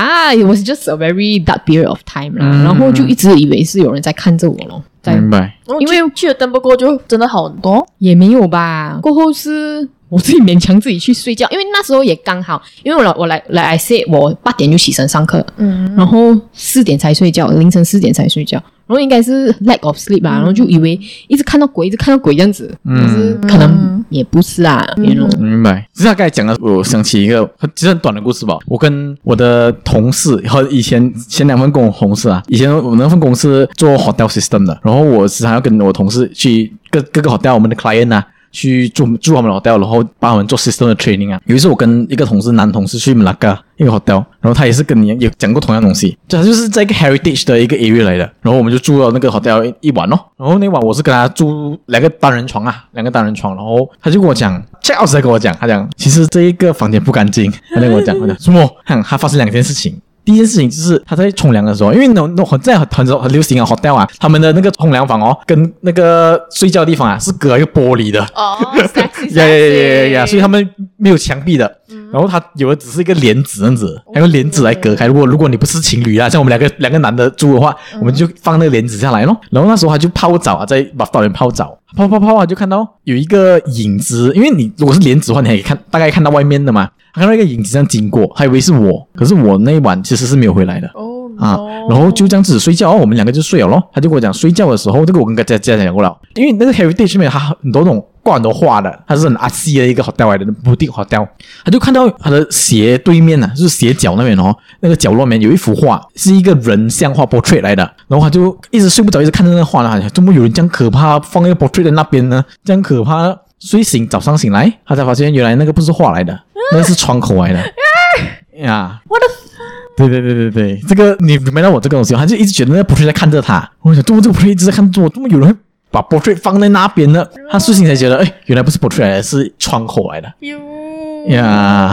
呀，it was just a very dark period of time 啦， 嗯然后就一直以为是有人在看着我咯，在明白。 因为去了登不过就真的好很多。 也没有吧，过后是我自己勉强自己去睡觉，因为那时候也刚好，因为我来我来来 I said 我八点就起身上课，嗯，然后四点才睡觉，凌晨四点才睡觉，然后应该是 lack of sleep 吧，嗯、然后就以为一直看到鬼，一直看到鬼这样子，嗯、但是可能也不是啊，别人、 嗯、明白。其实他刚才讲的，我想起一个其实很短的故事吧。我跟我的同事和以前前两份工同事啊，以前我那份公司做 hotel system 的，然后我时常要跟我同事去各各个 hotel 我们的 client 啊。去住住他们的 hotel， 然后帮他们做 system 的 training 啊。有一次我跟一个同事，男同事去 Melaka 一个 hotel， 然后他也是跟你有讲过同样的东西，就他就是在一个 heritage 的一个 area 来的。然后我们就住到那个 hotel 一, 一晚咯。然后那晚我是跟他住两个单人床啊，两个单人床。然后他就跟我讲 ，check out 在跟我讲，他讲其实这一个房间不干净。他在跟我讲，我讲什么？他他发生两件事情。第一件事情就是他在冲凉的时候，因为那那很在很很很流行啊 hotel 啊，他们的那个冲凉房哦，跟那个睡觉的地方啊是隔一个玻璃的哦， 呀呀呀呀呀，所以他们没有墙壁的。嗯、然后他有的只是一个帘子这样子，还用帘子来隔开。如果如果你不是情侣啊，像我们两个两个男的住的话，嗯、我们就放那个帘子下来咯。然后那时候他就泡澡啊，在把房间泡澡，泡泡泡啊，就看到有一个影子，因为你如果是帘子的话，你还可以看大概看到外面的嘛。他看到一个影子这样经过，他以为是我，可是我那一晚其实是没有回来的。哦啊，然后就这样子睡觉，我们两个就睡了咯。他就跟我讲，睡觉的时候，这个我跟家家讲过了，因为那个 heritage 里面他很多种挂很多画的，它是很阿西的一个 hotel 来的 boutique hotel。他就看到他的斜对面啊，就是斜角那边哦，那个角落面有一幅画，是一个人像画 portrait 来的。然后他就一直睡不着，一直看着那个画呢，怎么有人这样可怕放一个 portrait 在那边呢？这样可怕。睡醒早上醒来，他才发现原来那个不是画来的，那是窗口来的。呀，我的，对对对对对，这个你明白到我这个东西，他就一直觉得那个 portrait 在看着他。我想，怎么这个 portrait 一直在看着我？怎么有人会把 portrait 放在那边呢？他睡醒才觉得，哎，原来不是 portrait 来的，是窗口来的。呀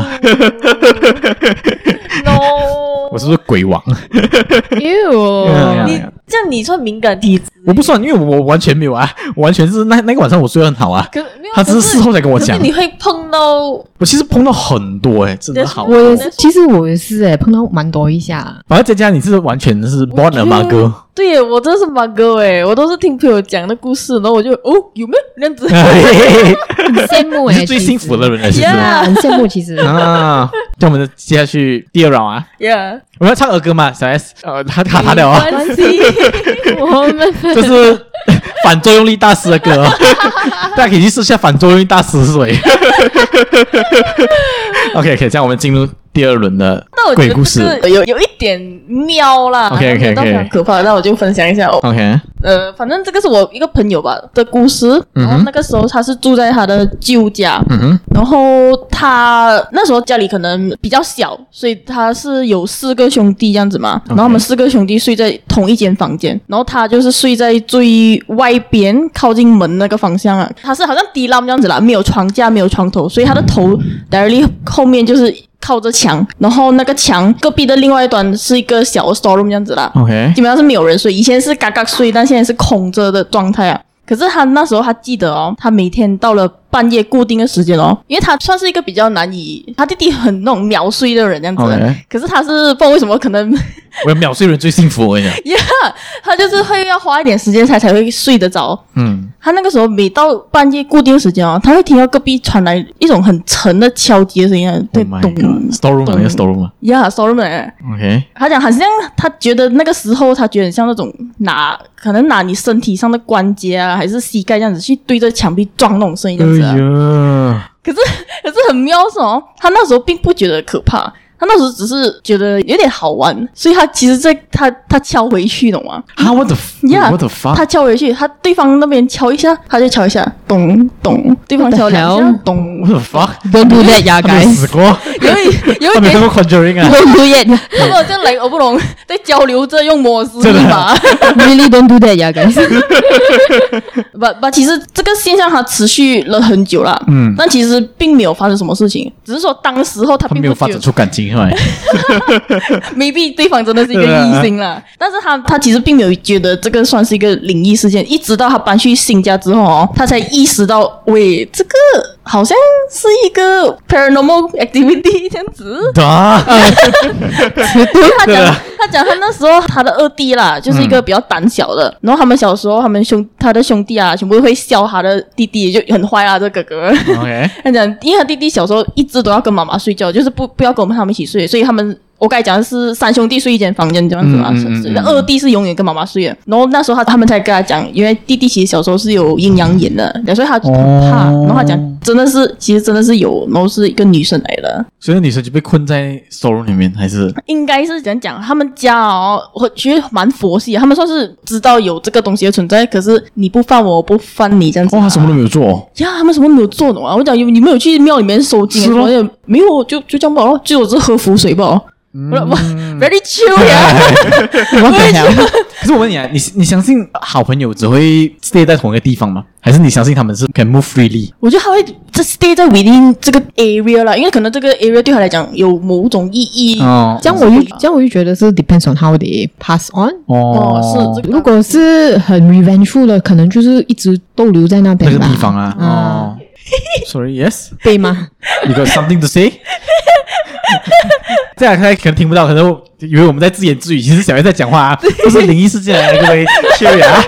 ，no， 我是不是鬼王？ 哟，你这样你算敏感体质？ 我不算，因为我完全没有啊，我完全是那那个晚上我睡得很好啊。 可他只是事后才跟我讲。 可是你会碰到， 我其实碰到很多诶、欸，真的好。 我也是，其实我也是诶、欸，碰到蛮多一下。 反正佳佳你是完全是 born a mugger。 对耶，我真的是 mugger 诶，我都是听朋友讲的故事，然后我就哦有没有这样子， 很羡慕诶、欸， 你是最幸福的人了，其实、 yeah, 很羡慕其实啊。 那我们接下去第二 round 啊 ，Yeah， 我们要唱儿歌嘛，小 S， 呃，他卡他了啊， 没关系， 我们这是反作用力大师的歌、哦，大家可以去试下反作用力大师是谁。OK OK， 这样我们进入第二轮的鬼故事， 有有一点喵啦 ，OK OK OK， 非常可怕，那我就分享一下哦。 OK， 呃，反正这个是我一个朋友吧的故事， 嗯、 然后那个时候他是住在他的旧家， 嗯哼， 然后他那时候家里可能比较小，所以他是有四个兄弟这样子嘛， okay. 然后我们四个兄弟睡在同一间房间，然后他就是睡在最外边靠近门那个方向啊，他是好像低浪这样子啦，没有床架，没有床头，所以他的头 directly 后面就是靠着墙，然后那个墙隔壁的另外一端是一个小 storeroom 这样子啦。 OK， 基本上是没有人睡，以前是嘎嘎睡，但现在是空着的状态啊。可是他那时候他记得哦，他每天到了半夜固定的时间哦，因为他算是一个比较难以，他弟弟很那种秒睡的人这样子。 Okay. 可是他是不知道为什么可能， 我秒睡人最幸福，我跟你讲。 Yeah， 他就是会要花一点时间才才会睡得着。 嗯， 他那个时候每到半夜固定时间哦，他会听到隔壁传来一种很沉的敲击的声音，对，咚。 Storeroom 那个 storeroom 吗 ？Yeah， storeroom。 OK。 他讲好像他觉得那个时候他觉得很像那种拿可能拿你身体上的关节啊，还是膝盖这样子去对着墙壁撞那种声音这样子啊。 哎可是可是很妙是哦，他那时候并不觉得可怕。他那时候只是觉得有点好玩，所以他其实在他他敲回去，懂吗？ 啊 ，what the yeah, what the fuck？ 他敲回去，他对方那边敲一下，他就敲一下，咚咚，对方敲两下，咚 ，what the fuck？ Don't do that, yeah, guys。 死过， 有一有一点他没看过 Conjuring 啊 ，Don't do it。 他们好像来欧布隆在交流着用摩斯密码。 Really don't do that, yeah, guys。 不不，其实这个现象它持续了很久了，嗯，但其实并没有发生什么事情，只是说当时候他并不他没有发展出感情，是吧？ maybe 对方真的是一个异性啦，但是他他其实并没有觉得这个算是一个灵异事件，一直到他搬去新家之后哦，他才意识到，喂，这个好像是一个 paranormal activity 弟这样子。 啊， 他讲他讲他那时候他的二弟啦，就是一个比较胆小的，然后他们小时候他们兄他的兄弟啊，全部会笑他的弟弟，就很坏啊，这个哥哥。 OK， 他讲，因为他弟弟小时候一直都要跟妈妈睡觉，就是不不要跟我们他们一起睡，所以他们。我刚才讲的是三兄弟睡一间房间这样子嘛， 嗯嗯嗯嗯二弟是永远跟妈妈睡的。然后那时候他他们才跟他讲，因为弟弟其实小时候是有阴阳眼的，所以他很怕。 哦、 然后他讲，真的是其实真的是有，然后是一个女生来的。 所以女生就被困在收容里面，还是应该是怎样讲？他们家哦，我觉得蛮佛系的，他们算是知道有这个东西的存在，可是你不犯我，我不犯你这样子、啊。 哇、哦，他什么都没有做呀，他们什么都没有做的嘛。我讲，你没有去庙里面收金，我也没有，就就这样吧咯，就我是喝符水吧。嗯，very chill 呀。 可是我问你啊，你你相信好朋友只会 stay 在同一个地方吗？还是你相信他们是 can move freely？ 我觉得他会 stay 在 within 这个 area 啦，因为可能这个 area 对他来讲有某种意义。 哦， 这样我就这样我就觉得是 depends on how they pass on。 哦， 是这个。 如果是很 revengeful 的，可能就是一直逗留在那边吧。 那个地方啊。嗯、哦。Sorry, yes. 对吗 ？You got something to say? 这样大家可能听不到，可能以为我们在自言自语，其实小叶在讲话啊，不是灵异事件来的，各位秋雅。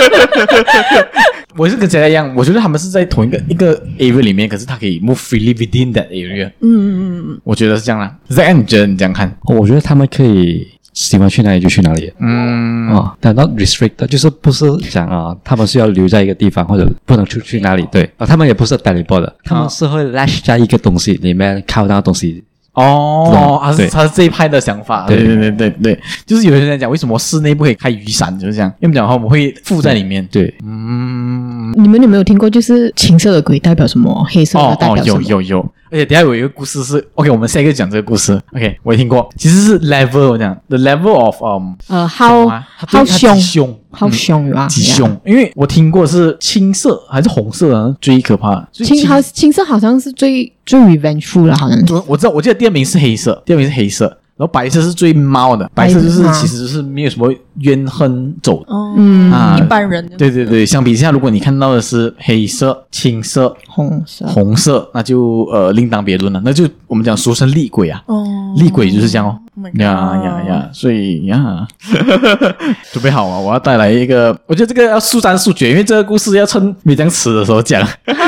我是跟小叶一样，我觉得他们是在同一个一个 area 里面，可是他可以 move freely within that area。嗯嗯嗯，我觉得是这样啦。Zack，你觉得你这样看？ 我觉得他们可以喜欢去哪里就去哪里。 嗯啊，但 not restricted， 就是不是讲啊，他们是要留在一个地方或者不能出去哪里。对啊，他们也不是 teleport 的，他们是会 latch 在一个东西里面，靠那个东西。 哦，他是对他是这一派的想法，对对对对对，就是有人在讲为什么室内不可以开雨伞，就是这样，因为讲的话我们会附在里面。 对， 嗯， 你们有没有听过，就是青色的鬼代表什么，黑色的代表什么？ 哦哦，有有有，而且等一下有一个故事是 OK， 我们下一个讲这个故事。OK， 我也听过，其实是 level 我讲 the level of um 呃，how 啊、 how 凶凶。 好凶啊！ 极凶，因为我听过是青色还是红色啊，最可怕。 青好青色好像是最最 revengeful 了，好像是。 我我知道，我记得第二名是黑色，第二名是黑色，然后白色是最猫的，白色就是其实就是没有什么怨恨走的。 哦， 嗯啊， 一般人。 对对对，相比之下，如果你看到的是黑色、青色、 红色、 红色，那就呃另当别论了，那就我们讲俗称厉鬼啊。 哦， 厉鬼就是这样哦。 Oh my god 呀呀呀！所以呀，准备好啊！我要带来一个，我觉得这个要速战速决，因为这个故事要趁没讲词的时候讲。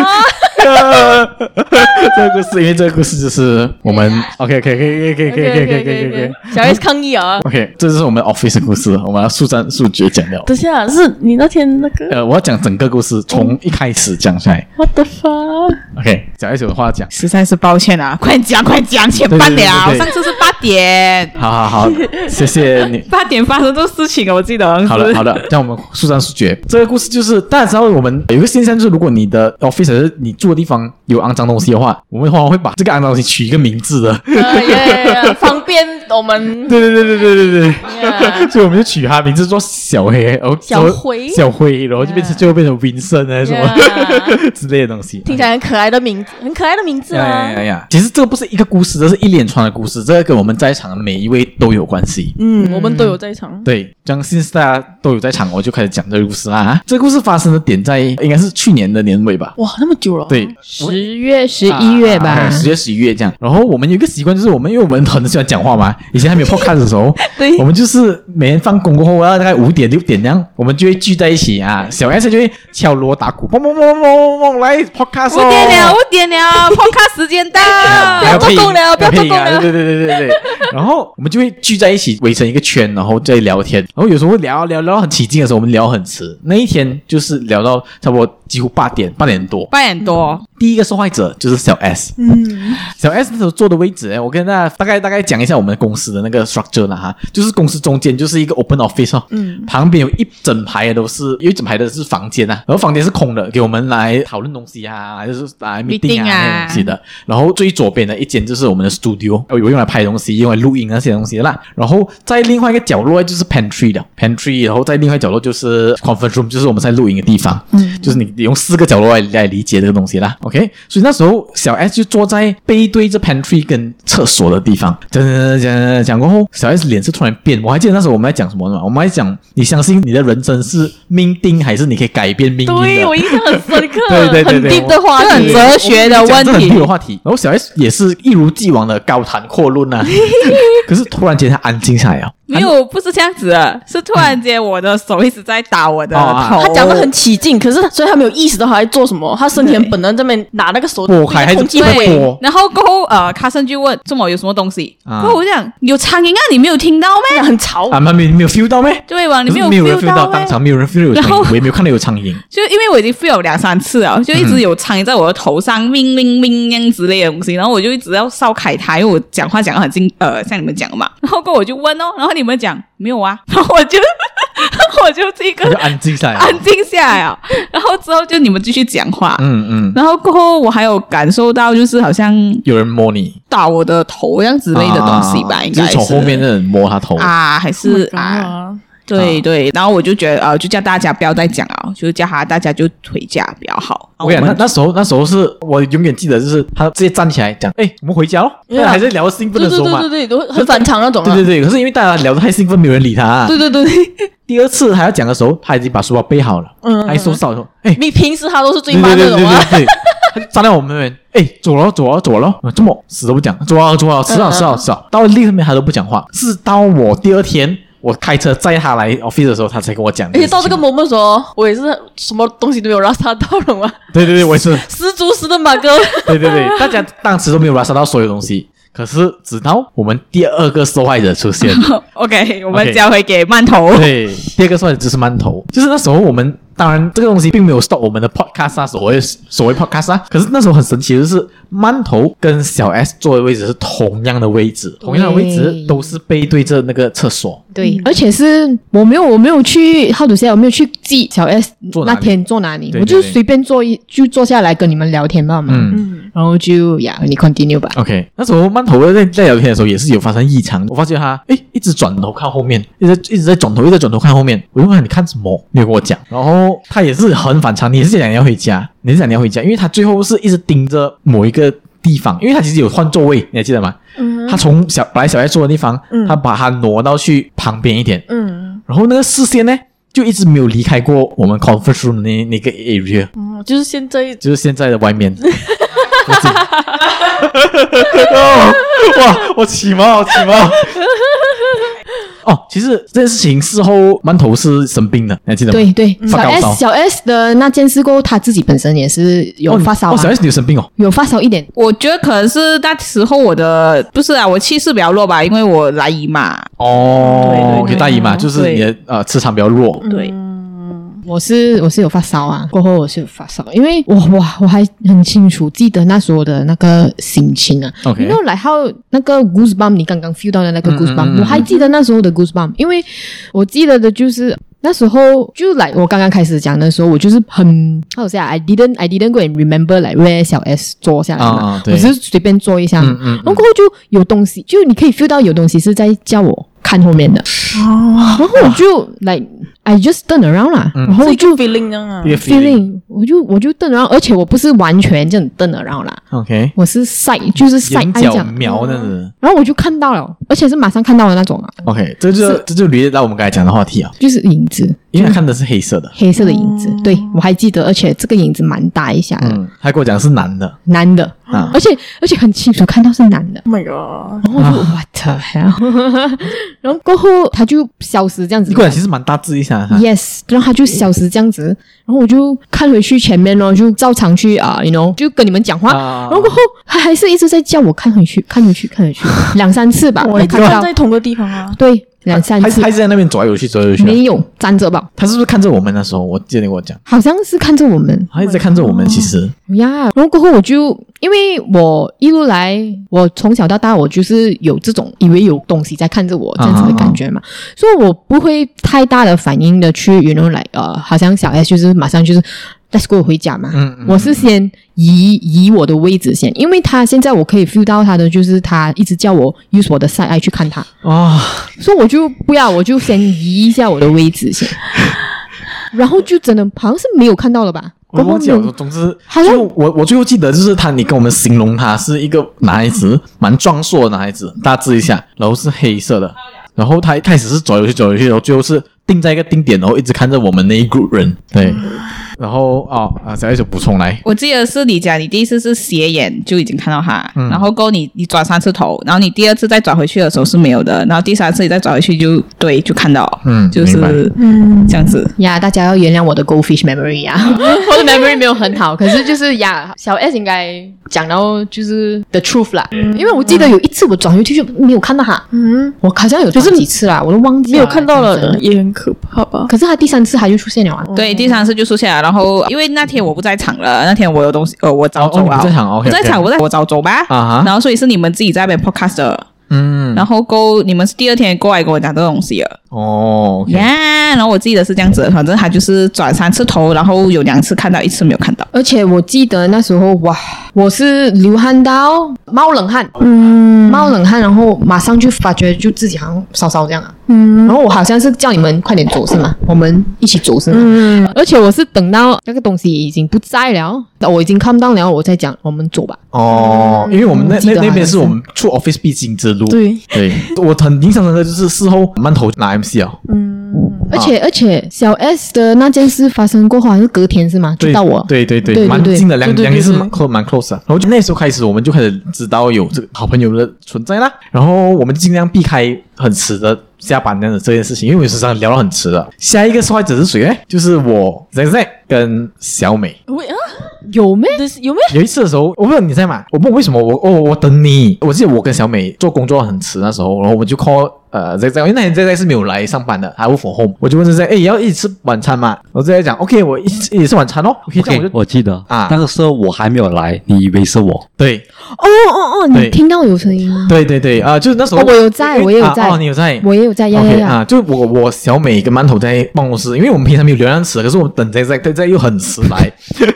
这个故事，因为这个故事就是我们 OK OK OK OK OK OK OK OK OK， 小 S 抗议啊 OK， 这就是我们 Office 的故事，我们要速战速决讲掉。 等下，是你那天那个呃，我要讲整个故事，从一开始讲下来。 What the fuck？ OK， 小 S 有话讲。 实在是抱歉啊，快讲快讲，前半对对对了， 对上次是八点， 好好好，谢谢你。 八点发生这事情啊，我记得。 好的好的，让我们速战速决。这个故事就是大家知道，我们有一个现象，就是如果你的 office 还是你住的地方有肮脏东西的话，我们的话会把这个肮脏东西取一个名字的。 呃呀，方便我们。 对对对对对对对。 Yeah 所以我们就取他名字做小黑，然后小灰小灰，然后就变成 Yeah 最后变成 Vincent 还是什么 Yeah 之类的东西。 听起来很可爱的名字，很可爱的名字呀啊呀！呀呀！其实这个不是一个故事，这是一连串的故事，这个跟我们在场的每一位都有关系。 嗯，我们都有在场。 对，相信大家都有在场，我就开始讲这个故事啦。这个故事发生的点在应该是去年的年尾吧？ 哇，那么久了。 对， 十月、十一月吧， 十月、十一月这样。然后我们有一个习惯，就是我们因为我们很喜欢讲话嘛，以前还没有 podcast 的时候， 对我们就是每天放工过后，大概五点六点这样，我们就会聚在一起啊。小 S 就会敲锣打鼓，砰砰砰砰砰砰来 podcast 哦。 五点了，五点了，podcast 时间到。 不要做工了，不要做工了。 配音啊对对对对对对。然后我们就会聚在一起，围成一个圈，然后再聊天。然后有时候会聊聊聊到很起劲的时候，我们聊很迟。那一天就是聊到差不多几乎八点，八点多。 八点多， 第一个受害者就是小 S。 嗯， 小 S 那时候坐的位置，哎，我跟大家大概大概讲一下我们公司的那个 structure 啦哈，就是公司中间就是一个 open office 哦，嗯，旁边有一整排的都是有一整排的是房间啊，然后房间是空的，给我们来讨论东西啊，还是来 meeting 啊 meeting 啊那些东西的。然后最左边的一间就是我们的 studio， 有用来拍东西、用来录音那些东西的啦。然后在另外一个角落就是 pantry 的 pantry， 然后在另外一个角落就是 conference room， 就是我们在录音的地方，嗯，就是你用四个角落来来理解这个东西啦。OK， 所以那时候小 S 就坐在背对着 pantry 跟厕所的地方，讲讲讲讲过后，小 S 脸色突然变。我还记得那时候我们在讲什么呢？我们还讲你相信你的人生是命定，还是你可以改变命运的？ 对，我印象很深刻， 对对对对， 很 deep 的话题， 很哲学的问讲这很题 deep 的话题。然后小 S 也是一如既往的高谈阔论啊，可是突然间他安静下来了。 没有，不是这样子的，是突然间我的手一直在打我的哦头。 他讲得很起劲，可是所以他没有意识到他在做什么，他身体很本能这边拿那个手拨开还是空气会拨？ 然后过后呃，卡森就问这么有什么东西？ 啊过后我就讲有苍蝇啊，你没有听到咩？ 很吵啊，没没有 feel 到咩？ 对吧？你没有没有人 feel 到， 咩当场没有人 feel 有苍然后蝇，我也没有看到有苍蝇。 就因为我已经 feel 了两三次了，就一直有苍蝇在我的头上，命命命这样之类的东西，然后我就一直要烧开它，因为我讲话讲得很近，呃，像你们讲的嘛。然后过后我就问哦，然后你们讲没有啊，然后我就我就这个他就安静下来了。 安静下来啊，然后之后就你们继续讲话， 嗯嗯， 然后过后我还有感受到就是好像有人摸你打我的头这样之类的东西吧， 啊应该就是从后面的人摸他头。 啊，还是、 Oh my 啊。 God 对对，然后我就觉得呃，就叫大家不要再讲啊，就叫他大家就回家比较好。 我跟你讲，那们那时候那时候是我永远记得，就是他直接站起来讲：“哎，我们回家咯。” Yeah 还在聊兴奋对对的时候嘛。 对对对，都很反常那种啊。 对对对，可是因为大家聊得太兴奋，没有人理他、啊。 对对对对， 第二次他要讲的时候，他已经把书包背好了， 嗯还收拾好说：“哎， 你平时他都是最对慢对对对那种啊。 对对，他就站在我们那边，哎，走了走了走了，这么死都不讲，走啊走啊，迟到迟到迟到，到了另一面他都不讲话，是到我第二天。我开车载他来 office 的时候，他才跟我讲。 而且到这个 moment 的时候，我也是什么东西都没有 rasa 到了嘛， 对对对，我也是。 十足十的马哥。 对对对，大家当时都没有 rasa 到所有东西，可是直到我们第二个受害者出现， OK，我们 OK 交回给馒头。 对，第二个受害者就是馒头，就是那时候我们。当然，这个东西并没有 stop 我们的 podcast 啊，所谓所谓 podcast 啊。可是那时候很神奇的是，馒头跟小 S 坐的位置是同样的位置，同样的位置都是背对着那个厕所。 对，而且是我没有我没有去 how to say 我没有去记小 S 坐哪里那天坐哪里， 对对我就对随便坐一就坐下来跟你们聊天吧嘛。 嗯然后就呀，你 continue 吧。 ，OK。那时候馒头在在聊天的时候也是有发生异常，我发现他诶一直转头看后面，一直一直在转头，一直在转头看后面。我就问他你看什么？没有跟我讲。然后他也是很反常，你也是讲你要回家，你是讲你要回家，因为他最后是一直盯着某一个地方，因为他其实有换座位，你还记得吗？ 嗯他从小本来小 S 坐的地方， 嗯他把他挪到去旁边一点， 嗯然后那个视线呢就一直没有离开过我们 conference room 的那那个 area， 嗯，就是现在就是现在的外面。哦，哇，我起毛，我起毛。哦，其实这件事情事后馒头是生病的，你还记得吗？ 对对，小发高烧 S 小 S 的那件事过后，他自己本身也是有哦你发烧、啊哦，小 S 你有生病哦？ 有发烧一点。 我觉得可能是那时候我的不是啊，我气势比较弱吧，因为我来姨妈。 哦， 对对对给大姨妈，就是你的呃磁场比较弱。 对， 我是我是有发烧啊，过后我是有发烧，因为我哇我还很清楚记得那时候的那个心情啊。 OK 然后来到那个 goosebump， 你刚刚 feel 到的那个嗯嗯 goosebump，、 嗯嗯我还记得那时候的 goosebump， 因为我记得的就是那时候就来我刚刚开始讲的时候，我就是很好像 I didn't I didn't go and remember like where 小 S 坐下来嘛， 啊啊对我只是随便坐一下， 嗯嗯嗯然后过后就有东西，就你可以 feel 到有东西是在叫我看后面的，然后我就 like I just turn around 啦， 嗯然后就是一个 feeling 这样啊一。个 feeling，我就我就瞪然后，而且我不是完全这样瞪了，然后啦， OK， 我是 side 就是 side 眼角这样， 瞄那样子。 然后我就看到了，而且是马上看到的那种啊， OK，这就这就连到我们刚才讲的话题啊， 就是影子， 因为他看的是黑色的。 黑色的影子，对我还记得，而且这个影子蛮大一下的， 嗯，他跟我讲是男的男的， 啊而且而且很清楚看到是男的。 Oh my god！ 然后我就 what the hell，然后过后他就消失这样子你。果然其实蛮大致一下哈。 Yes，然后他就消失这样子，然后我就看回去前面咯，就照常去啊、uh,，you know，就跟你们讲话， 啊然后过后他还是一直在叫我看回去，看回去，看回去，两三次吧，我哎，他看到站在同个地方啊。 对，两三次他他一直在那边走来走去，走来走去啊。 没有站着吧， 他是不是看着我们那时候？我记得你跟我讲， 好像是看着我们他一直在看着我们。其实， 呀，然后过后我就因为我一路来，我从小到大我就是有这种以为有东西在看着我这样子的感觉嘛，所以我不会太大的反应的去，you know，like 呃，好像小 S 就是马上就是 let's go 回家嘛， 嗯嗯我是先移移我的位置先，因为他现在我可以 feel 到他的就是他一直叫我 use 我的 side eye 去看他， 啊， 所以我就不要，我就先移一下我的位置先，然后就真的好像是没有看到了吧。 我忘记了。总之， 好像就我我最后记得就是他，你跟我们形容他是一个男孩子，蛮壮硕的男孩子，大致一下，然后是黑色的，然后他一开始是走来去走来去，然后最后是定在一个定点，然后一直看着我们那一 group 人，对。然后哦啊，小艾就补充来， 我记得是你讲你第一次是斜眼就已经看到他， 嗯、 然后过后你你转三次头，然后你第二次再转回去的时候是没有的，然后第三次你再转回去就对就看到， 嗯， 就是嗯这样子呀。大家要原谅我的 goldfish memory 呀，我的 memory 没有很好，可是就是呀，小 S 应该讲到就是 the truth 啦，因为我记得有一次我转回去就没有看到他， 嗯， 我好像有转几次啦，我都忘记了没有看到了讲真的也很可怕吧？ 可是他第三次他就出现了啊， 对，第三次就出现了，然后因为那天我不在场了，那天我有东西，呃，我早走了， 哦哦你不在场，OK， 不在场，我在我早走吧， 啊哈然后所以是你们自己在那边 podcast 的， 嗯， 然后过你们是第二天过来跟我讲这个东西了。 哦，OK， 呀、yeah, 然后我记得是这样子的，反正他就是转三次头，然后有两次看到，一次没有看到。 而且我记得那时候哇，我是流汗到冒冷汗， 嗯冒冷汗，然后马上就发觉就自己好像烧烧这样啊。 嗯然后我好像是叫你们快点走是吗？我们一起走是吗？ 嗯而且我是等到那个东西已经不在了，我已经看到了，我再讲我们走吧。 哦，因为我们那我记得那那边好像是是我们出 office 必经之路， 对， 对，我很印象深刻就是事后馒头拿 M C 啊， 嗯而且、而且小 S 的那件事发生过后，好像是隔天是吗？就对到我。 对对对， 对对对蛮近的，两对对两件事对蛮 close 蛮 close 的。然后就那时候开始，我们就开始知道有这个好朋友的存在啦。然后我们尽量避开很迟的下班这样的这件事情，因为有时常聊到很迟的。下一个受害者是谁呢？就是我 Z Z 跟小美。 喂啊， 有没？ 这是有没有一次的时候，我不知道你在吗？我不知道为什么我哦我等你。我记得我跟小美做工作很迟那时候，然后我们就 call 呃 Z Z，因为那天 Z Z 是没有来上班的，他 work from home。我就问 Z Z， 哎，要一起吃晚餐吗？然后 Z Z 讲 OK， 我一起一起吃晚餐哦。OK， 这样我 OK， 就我记得啊那个时候我还没有来，你以为是我？ 对哦哦哦， 对你听到有声音吗？ 对对对啊、呃就是那时候、 哦我有在因为我也有在啊、哦，你有在。 我也有在呀呀 OK 呀。 啊，就我我小美跟馒头在办公室，因为我们平常没有流量池，可是我们等 Z Z Z Z 又很迟来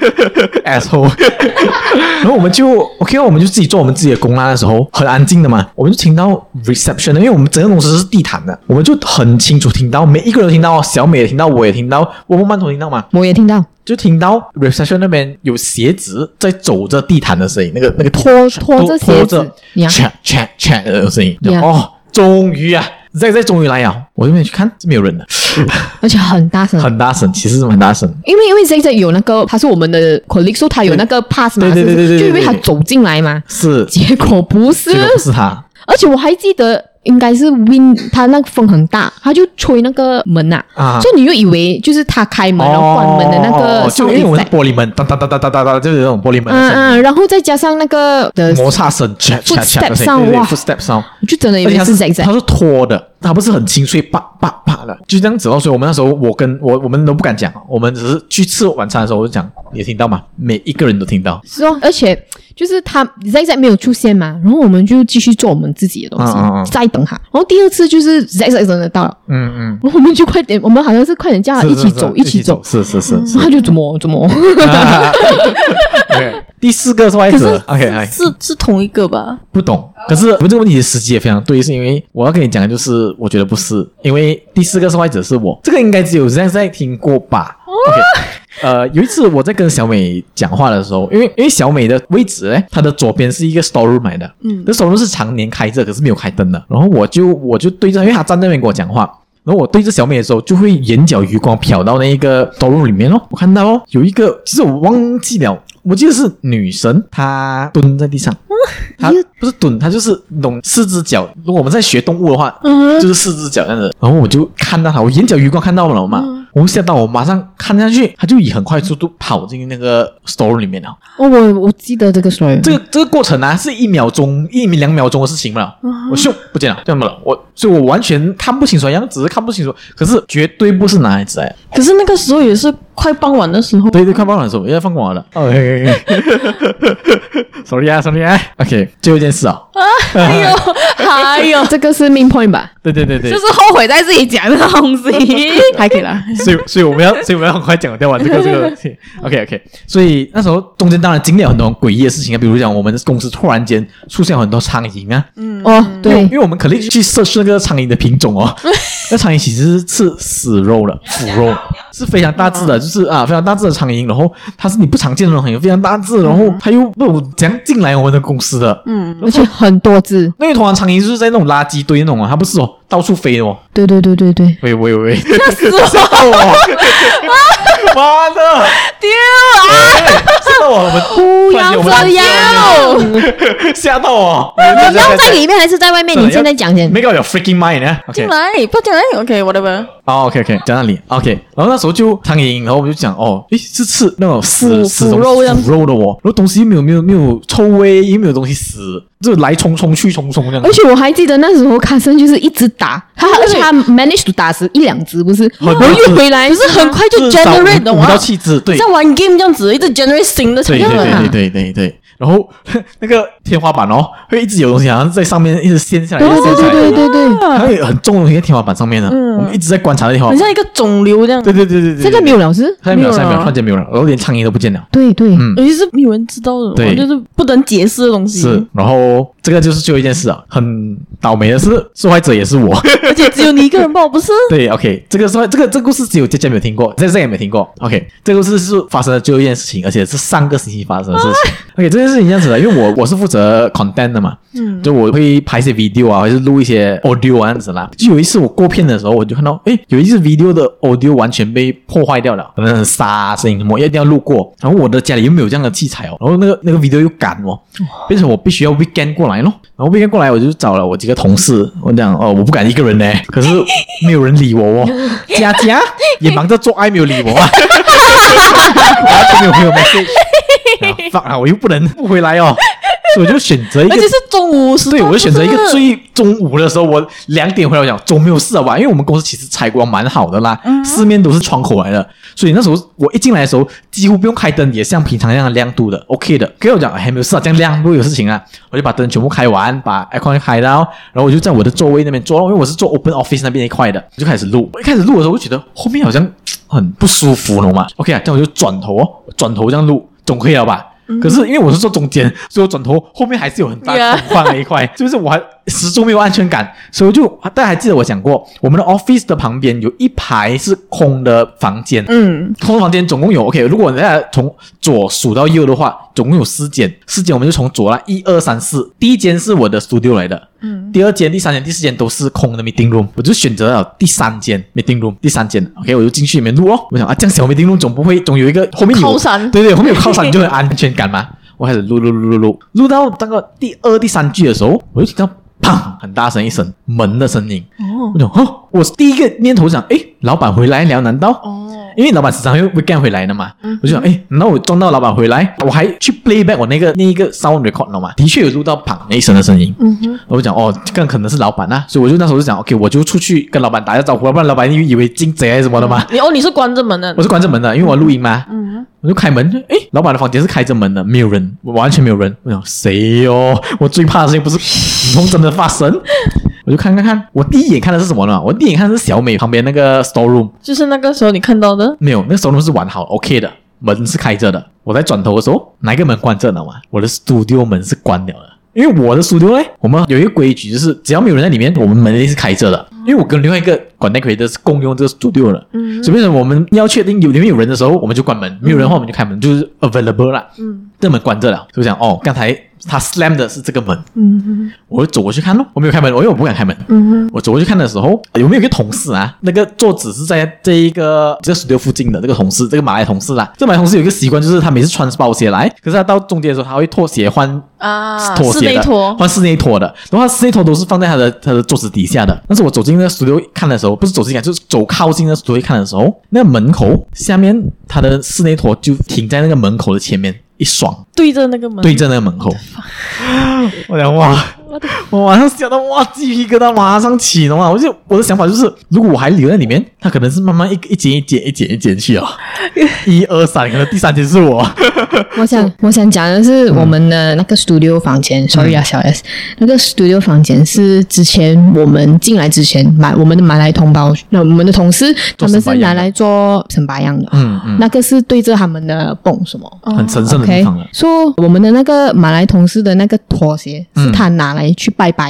，asshole。然后我们就 OK， 我们就自己做我们自己的工啦。那时候很安静的嘛，我们就听到 reception 的，因为我们整个公司是地毯的，我们就很清楚听到，每一个人都听到，小美也听到，我也听到，我们馒头听到嘛， 我也听到就听到 reception 那边有鞋子在走着地毯的声音，那个那个拖拖着鞋子拖着呀 chat chat chat 的声音，就 Yeah 哦，终于啊，Z Z 终于来了，我这边去看是没有人的， 而且很大声。 很大声，其实是很大声。 因为因为 Z Z 有那个，他是我们的 colleague，所以他有那个 pass 嘛， 对对对对对对是不是就因为他走进来嘛， 是， 结果不是结，果不是他， 而且我还记得应该是 Win，他那个风很大，他就吹那个门呐、 啊所以你就以为就是他开门、然后关门的那个哦，就 sound 因为我们 effect 是玻璃门，哒哒哒哒哒哒哒，就是那种玻璃门的嗯声音， 嗯，然后再加上那个的， 摩擦声，chat chat chat 的声 footstep 音，对对哇 ，footstep sound。 我就真的以为是而且它是 Z Z 它。是拖的，它不是很清脆，啪啪啪的，就这样子哦。所以我们那时候，我跟我我们都不敢讲，我们只是去吃晚餐的时候，我就讲，你听到吗？每一个人都听到。 是哦，而且就是他 Z Z 没有出现嘛，然后我们就继续做我们自己的东西， 嗯嗯嗯再等他。然后第二次就是 Z Z 真的到了， 嗯嗯， 然后我们就快点，我们好像是快点叫他是是是一起走，一起走， 是是是是。 然后他就怎么怎么， 啊 OK，第四个受害可是者，OK，哎， 是是同一个吧？ 不懂。可是我们这个问题的时机也非常对，是因为我要跟你讲的就是，我觉得不是，因为第四个受害者是我，这个应该只有 Z Z 听过吧？OK，呃，有一次我在跟小美讲话的时候，因为因为小美的位置呢，她的左边是一个 store room 来的，嗯，那 store room 是常年开着，可是没有开灯的。然后我就我就对着，因为她站在那边跟我讲话。然后我对着小美的时候，就会眼角余光瞟到那一个 store room 里面哦，我看到哦，有一个，其实我忘记了，我记得是女生，她蹲在地上，她不是蹲，她就是弄四只脚。如果我们在学动物的话，就是四只脚这样子。然后我就看到她，我眼角余光看到了嘛，我吓到，我马上看下去，她就以很快速度跑进那个 store room 里面了。 哦，我我记得这个 story， 这个这个过程啊，是一秒钟、一两秒钟的事情嘛，我咻不见了，这样了，我所以我完全看不清楚样子，看不清楚，可是绝对不是男孩子哎。 可是那个时候也是快傍晚的时候， 对对，看傍晚的时候，因为放光了。OK，sorry 啊，sorry 啊。OK，最后一件事啊， 哎呦，哎呦， 这个是 main point 吧？ 对对对对， 就是后悔在自己讲的东西。 还可以啦。 所以所以我们要，所以我们要很快讲掉完这个这个。OK OK，所以那时候中间当然经历了很多诡异的事情啊，比如讲我们的公司突然间出现很多苍蝇啊， 哦，对因为，我们肯定去测试那个苍蝇的品种哦， 那苍蝇其实是吃死肉的，腐肉是非常大只的，就是啊非常大只的苍蝇，然后它是你不常见的那种苍蝇，非常大只，然后它又不懂怎样进来我们的公司的， 嗯， 而且很多只。 那个通常苍蝇就是在那种垃圾堆那种啊，它不是哦，到处飞的哦。 对对对对对， 喂喂喂，吓死我！妈的， 丢啊！ 吓到我，我们不要这样， 吓到我！ 你要在里面还是在外面？你现在讲先。 Make up your freaking mind 呢？OK， 进来，不要进来。OK，whatever。 哦 ，OK OK，讲那里 OK，然后那时候就苍蝇，然后我们就讲哦，诶，是吃那种死腐死腐肉这样子腐肉的哦，然后东西又没有没有没有臭味，又没有东西死，就来冲冲去冲冲这样而。且我还记得那时候卡森就是一直打他，而且他 manage to 打死一两只，不是？然后又回来， 可是很快就至少 generate 的五五到哇， 七只，对， 像玩 game 这样子，一直 generate 新的对材料啊。 对对对对对对，然后那个天花板哦，会一直有东西好像在上面一直掀下来，一直掀下来， 对对对对， 还有很重的东西在天花板上面呢。我们一直在观察那天花板。 很像一个肿瘤这样。 对对对对对， 现在没有了是？ 现在没有， 没有了现在没有，突然间没有了，然后连苍蝇都不见了。 对对， 嗯尤其是没有人知道的， 对就是不能解释的东西。 是，然后这个就是最后一件事啊，很倒霉的是，受害者也是我。 而且只有你一个人报，不是？ 对 ，OK， 这个受害这个这个故事只有佳佳没有听过，在这也没有听过。OK， 这个故事是发生了最后一件事情，而且是上个星期发生的事情。OK， 这件事情这样子的，因为我我是负责 content 的嘛，嗯，就我会拍一些 video 啊，或者是录一些 audio 啊这样子啦。就有一次我过片的时候，我就看到，诶，有一次 video 的 audio 完全被破坏掉了，可能很沙声音什么，一定要录过。然后我的家里又没有这样的器材哦，然后那个那个 video 又赶哦，变成我必须要 weekend 过来咯。然后 weekend 过来，我就找了我几个同事，我讲哦，我不敢一个人呢，可是没有人理我哦，佳佳也忙着做爱，没有理我啊，完全没有回我 message，然后 fuck 啊，我又不能不回来哦。所以我就选择一个， 而且是中午时段， 对，我就选择一个不是最中午的时候，我两点回来，我讲总没有事了吧？因为我们公司其实采光蛮好的啦，四面都是窗口来的，所以那时候我一进来的时候，几乎不用开灯，也像平常一样的亮度的 ，OK 的。跟我讲还没有事啊，这样亮不会有事情啊，我就把灯全部开完，把 aircon 开到，然后我就在我的座位那边坐，因为我是坐 open office 那边一块的，我就开始录。我一开始录的时候，我就觉得后面好像很不舒服，懂吗 ？OK 啊，这样我就转头哦，转头这样录，总可以了吧？可是因为我是坐中间，所以我转头后面还是有很大 Yeah 空旷的一块，就是我还始终没有安全感，所以我就大家还记得我讲过，我们的 office 的旁边有一排是空的房间， 嗯， 空的房间总共有 OK， 如果大家从左数到右的话，总共有四间，四间我们就从左来一二三四，第一间是我的 studio 来的，嗯，第二间、第三间、第四间都是空的 meeting room，我就选择了第三间 meeting room， 第三间 OK， 我就进去里面录哦，我想啊，这样小 meeting room 总不会总有一个后面有靠山对对，后面有靠山你就很安全感嘛。我开始录录录录录，录到大概第二、第三句的时候，我就听到砰很大声一声门的声音。哦，我讲哦，我第一个念头想，诶，老板回来了？难道？哦。因为老板时常会 weekend 回来的嘛，嗯、我就想，诶，难道我撞到老板回来？我还去 playback 我那个那一个 sound record 了嘛，的确有录到砰那一声的声音。嗯哼，我就讲，哦，这个可能是老板啊，所以我就那时候就讲 ，OK， 我就出去跟老板打个招呼，不然老板以为进贼还是什么的嘛。 你哦，你是关着门的， 我是关着门的，因为我录音嘛。嗯，我就开门，诶，老板的房间是开着门的，没有人，完全没有人。我想谁哦？我最怕的事情不是普通真的发生。我就看看看，我第一眼看的是什么呢？我第一眼看的是小美旁边那个 store room， 就是那个时候你看到的， 没有，那个 store room 是完好 OK 的，门是开着的。我在转头的时候，哪一个门关着呢嘛？我的 studio 门是关了的。因为我的 studio 呢，我们有一个规矩，就是只要没有人在里面，我们门一定是开着的。因为我跟另外一个管内 creator 是共用这个 studio 的，嗯，所以变成我们要确定有里面有人的时候，我们就关门；没有人的话，我们就开门，就是 available 啦。嗯，这门关着了，所以我想哦，刚才他 slam 的是这个门，嗯哼，我就走过去看咯，我没有开门，因为我不敢开门。嗯哼，我走过去看的时候，有没有一个同事啊？那个桌子是在这一个这个 studio 附近的这个同事，这个马来同事啦。这个马来同事有一个习惯，就是他每次穿包鞋来，可是他到中间的时候，他会脱鞋换啊， 拖鞋的， 室内拖换室内拖的，然后他室内拖都是放在他的他的桌子底下的。但是我走进那个 studio 看的时候，不是走进看，就是走靠近那个 studio 看的时候，那个门口下面他的室内拖就停在那个门口的前面一双， 对着那个门， 对着那个门口。我讲哇，我马上想到哇，鸡皮疙瘩马上起了嘛！我就我的想法就是，如果我还留在里面，他可能是慢慢一一间一间一间一间去啊，一二三，可能第三间是我。 我想我想讲的是我们的那个 studio 房间、嗯、，sorry 啊，小 S， 那个 studio 房间是之前我们进来之前买我们的马来同胞，那我们的同事他们是拿来做审拔样的，嗯嗯，那个是对着他们的泵什么， 很神圣的地方了。 说、okay, so, 我们的那个马来同事的那个拖鞋是他拿来去拜拜的。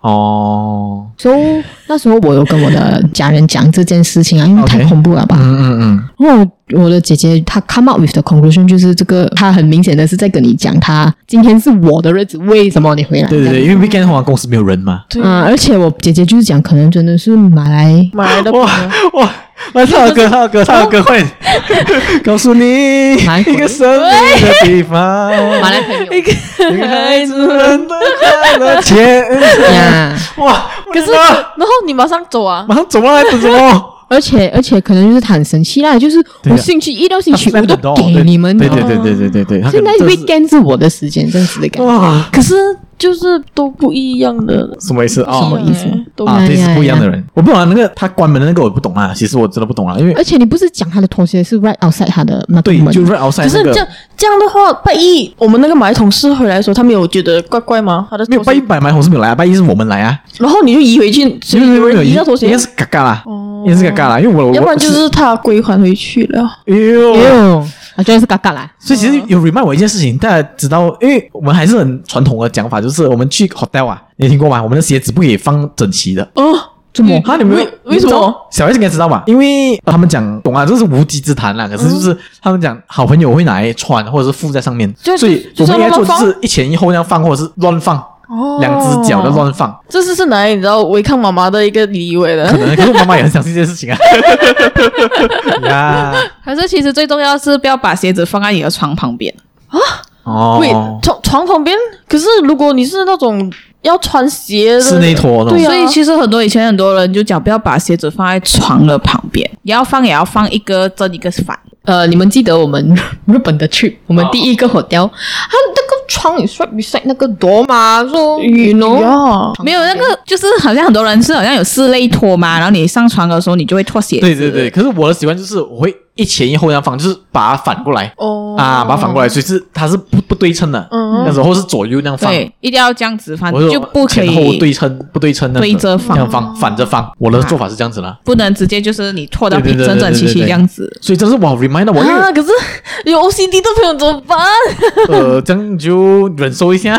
哦， 所以那时候我有跟我的家人讲这件事情啊，因为太 OK 恐怖了吧。 嗯嗯嗯， 然后我的姐姐她 come up with the conclusion 就是这个，她很明显的是在跟你讲，她今天是我的日子，为什么你回来？ 对对对，因为 weekend 通常公司没有人嘛。 对嗯，而且我姐姐就是讲，可能真的是马来马来的朋友哇哇！来唱个歌，唱个歌，唱个歌，快点！告诉你哪一国一个神秘的地方， 马来朋友一个孩子们的快乐前。 呀。 哇！ 可是， 哇然后你马上走啊？ 马上走啊，等什么？ 而且而且可能就是他很生气啦，就是对啊我星期一到星期五他都给你们， 对对对对对对对，他可现在能真的是 weekend 是我的时间，真实的感觉。 哇， 可是就是都不一样的， 什么意思？ 什哦么意思都啊， 呀这是呀不一样的人。我不懂啊，那个他关门的那个我不懂啊，其实我真的不懂啊，因为而且你不是讲他的拖鞋是 right outside 他的那个门， 对，就是 outside 那个可是这样这样的话，拜一我们那个马来同事回来的时候，他们有觉得怪怪吗？他的没有拜一百买红是没有来啊，拜一是我们来啊， 然后你就移回去，所以有人移到头鞋应该，是嘎嘎啦， 哦应该是嘎嘎啦，因为我要不然就是他归还回去了。 哎呦。 哟，啊，真的是嘎嘎啦。 所以其实有 remind 我一件事情，大家知道，因为我们还是很传统的讲法，就是我们去 hotel 啊，你听过吗？我们的鞋子不可以放整齐的。 哦， 怎么？ 哈，你们为为什么？ 你知道小 S 应该知道吧？因为他们讲懂啊，这是无稽之谈啦。可是就是他们讲好朋友会拿来穿，或者是附在上面， 就所以就我们应该做就就是是一前一后这样放，或者是乱放， 哦两只脚的乱放。 这是是哪里？你知道违抗妈妈的一个礼仪为的可。能，可是我妈妈也很相信这件事情啊。呀， 可是其实最重要是不要把鞋子放在你的床旁边。 哦， 喂，床床旁边，可是如果你是那种要穿鞋的室内拖那种对啊所以其实很多以前很多人就讲不要把鞋子放在床的旁边，你要放也要放一个正一个反。 呃，你们记得我们日本的 trip，我们第一个 hotel，它那个窗也 right beside 那个 door 嘛，说 you know， 呀， 没有那个，就是好像很多人是好像有室内拖嘛，然后你上床的时候你就会脱鞋子。 对对对，可是我的习惯就是我会一前一后这样放，就是把它反过来。 哦啊，把它反过来，所以是它是不不对称的， 嗯那时候是左右那样放， 对，一定要这样子放， 我是就不可前后以对称，不对称那样子对着放这样放，反着放。我的做法是这样子啦， 不能直接就是你拖到对对对整整齐齐这样子。 所以这是我 remind 到我，因为啊，可是有 O C D 的朋友怎么办？ 呃，这样就忍受一下。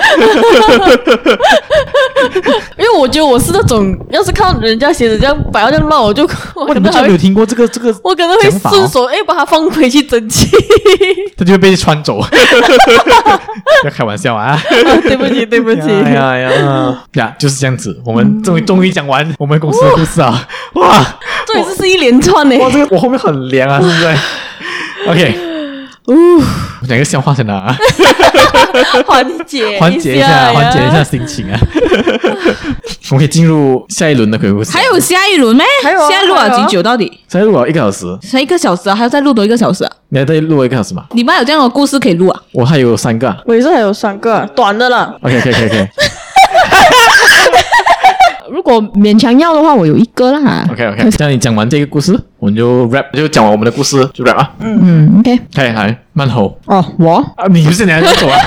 因为我觉得我是那种，要是看到人家鞋子这样摆到这样乱，我就我哇，你们就可能还会， 没有听过这个这个， 我可能会讲法哦顺手哎把它放回去整齐。 他就会被穿走。不要开玩笑啊！ 对不起，对不起。 呀呀呀呀，就是这样子。我们终于终于讲完我们公司的故事啊！哇这也是是一连串呢。 哇，这个我后面很凉啊，是不是？OK，我讲一个笑话先啊。 缓解缓解一下，缓解一下心情啊。我们可以进入下一轮的鬼故事。 还有下一轮咩？ 还有啊现在录了几久？到底？ 现在录了一个小时， 才一个小时啊？还要再录多一个小时啊？ 你还再录了一个小时吗？ 你们还有这样的故事可以录啊？ 我还有三个啊。 我也是还有三个短的啦。 OK，可以可以可以。 如果勉强要的话，我有一个啦。 OK OK，这样你讲完这个故事，我们就 rap，就讲完我们的故事就 rap 啊。 嗯，OK。 可以来慢吼哦，我啊！你不是你还在走啊？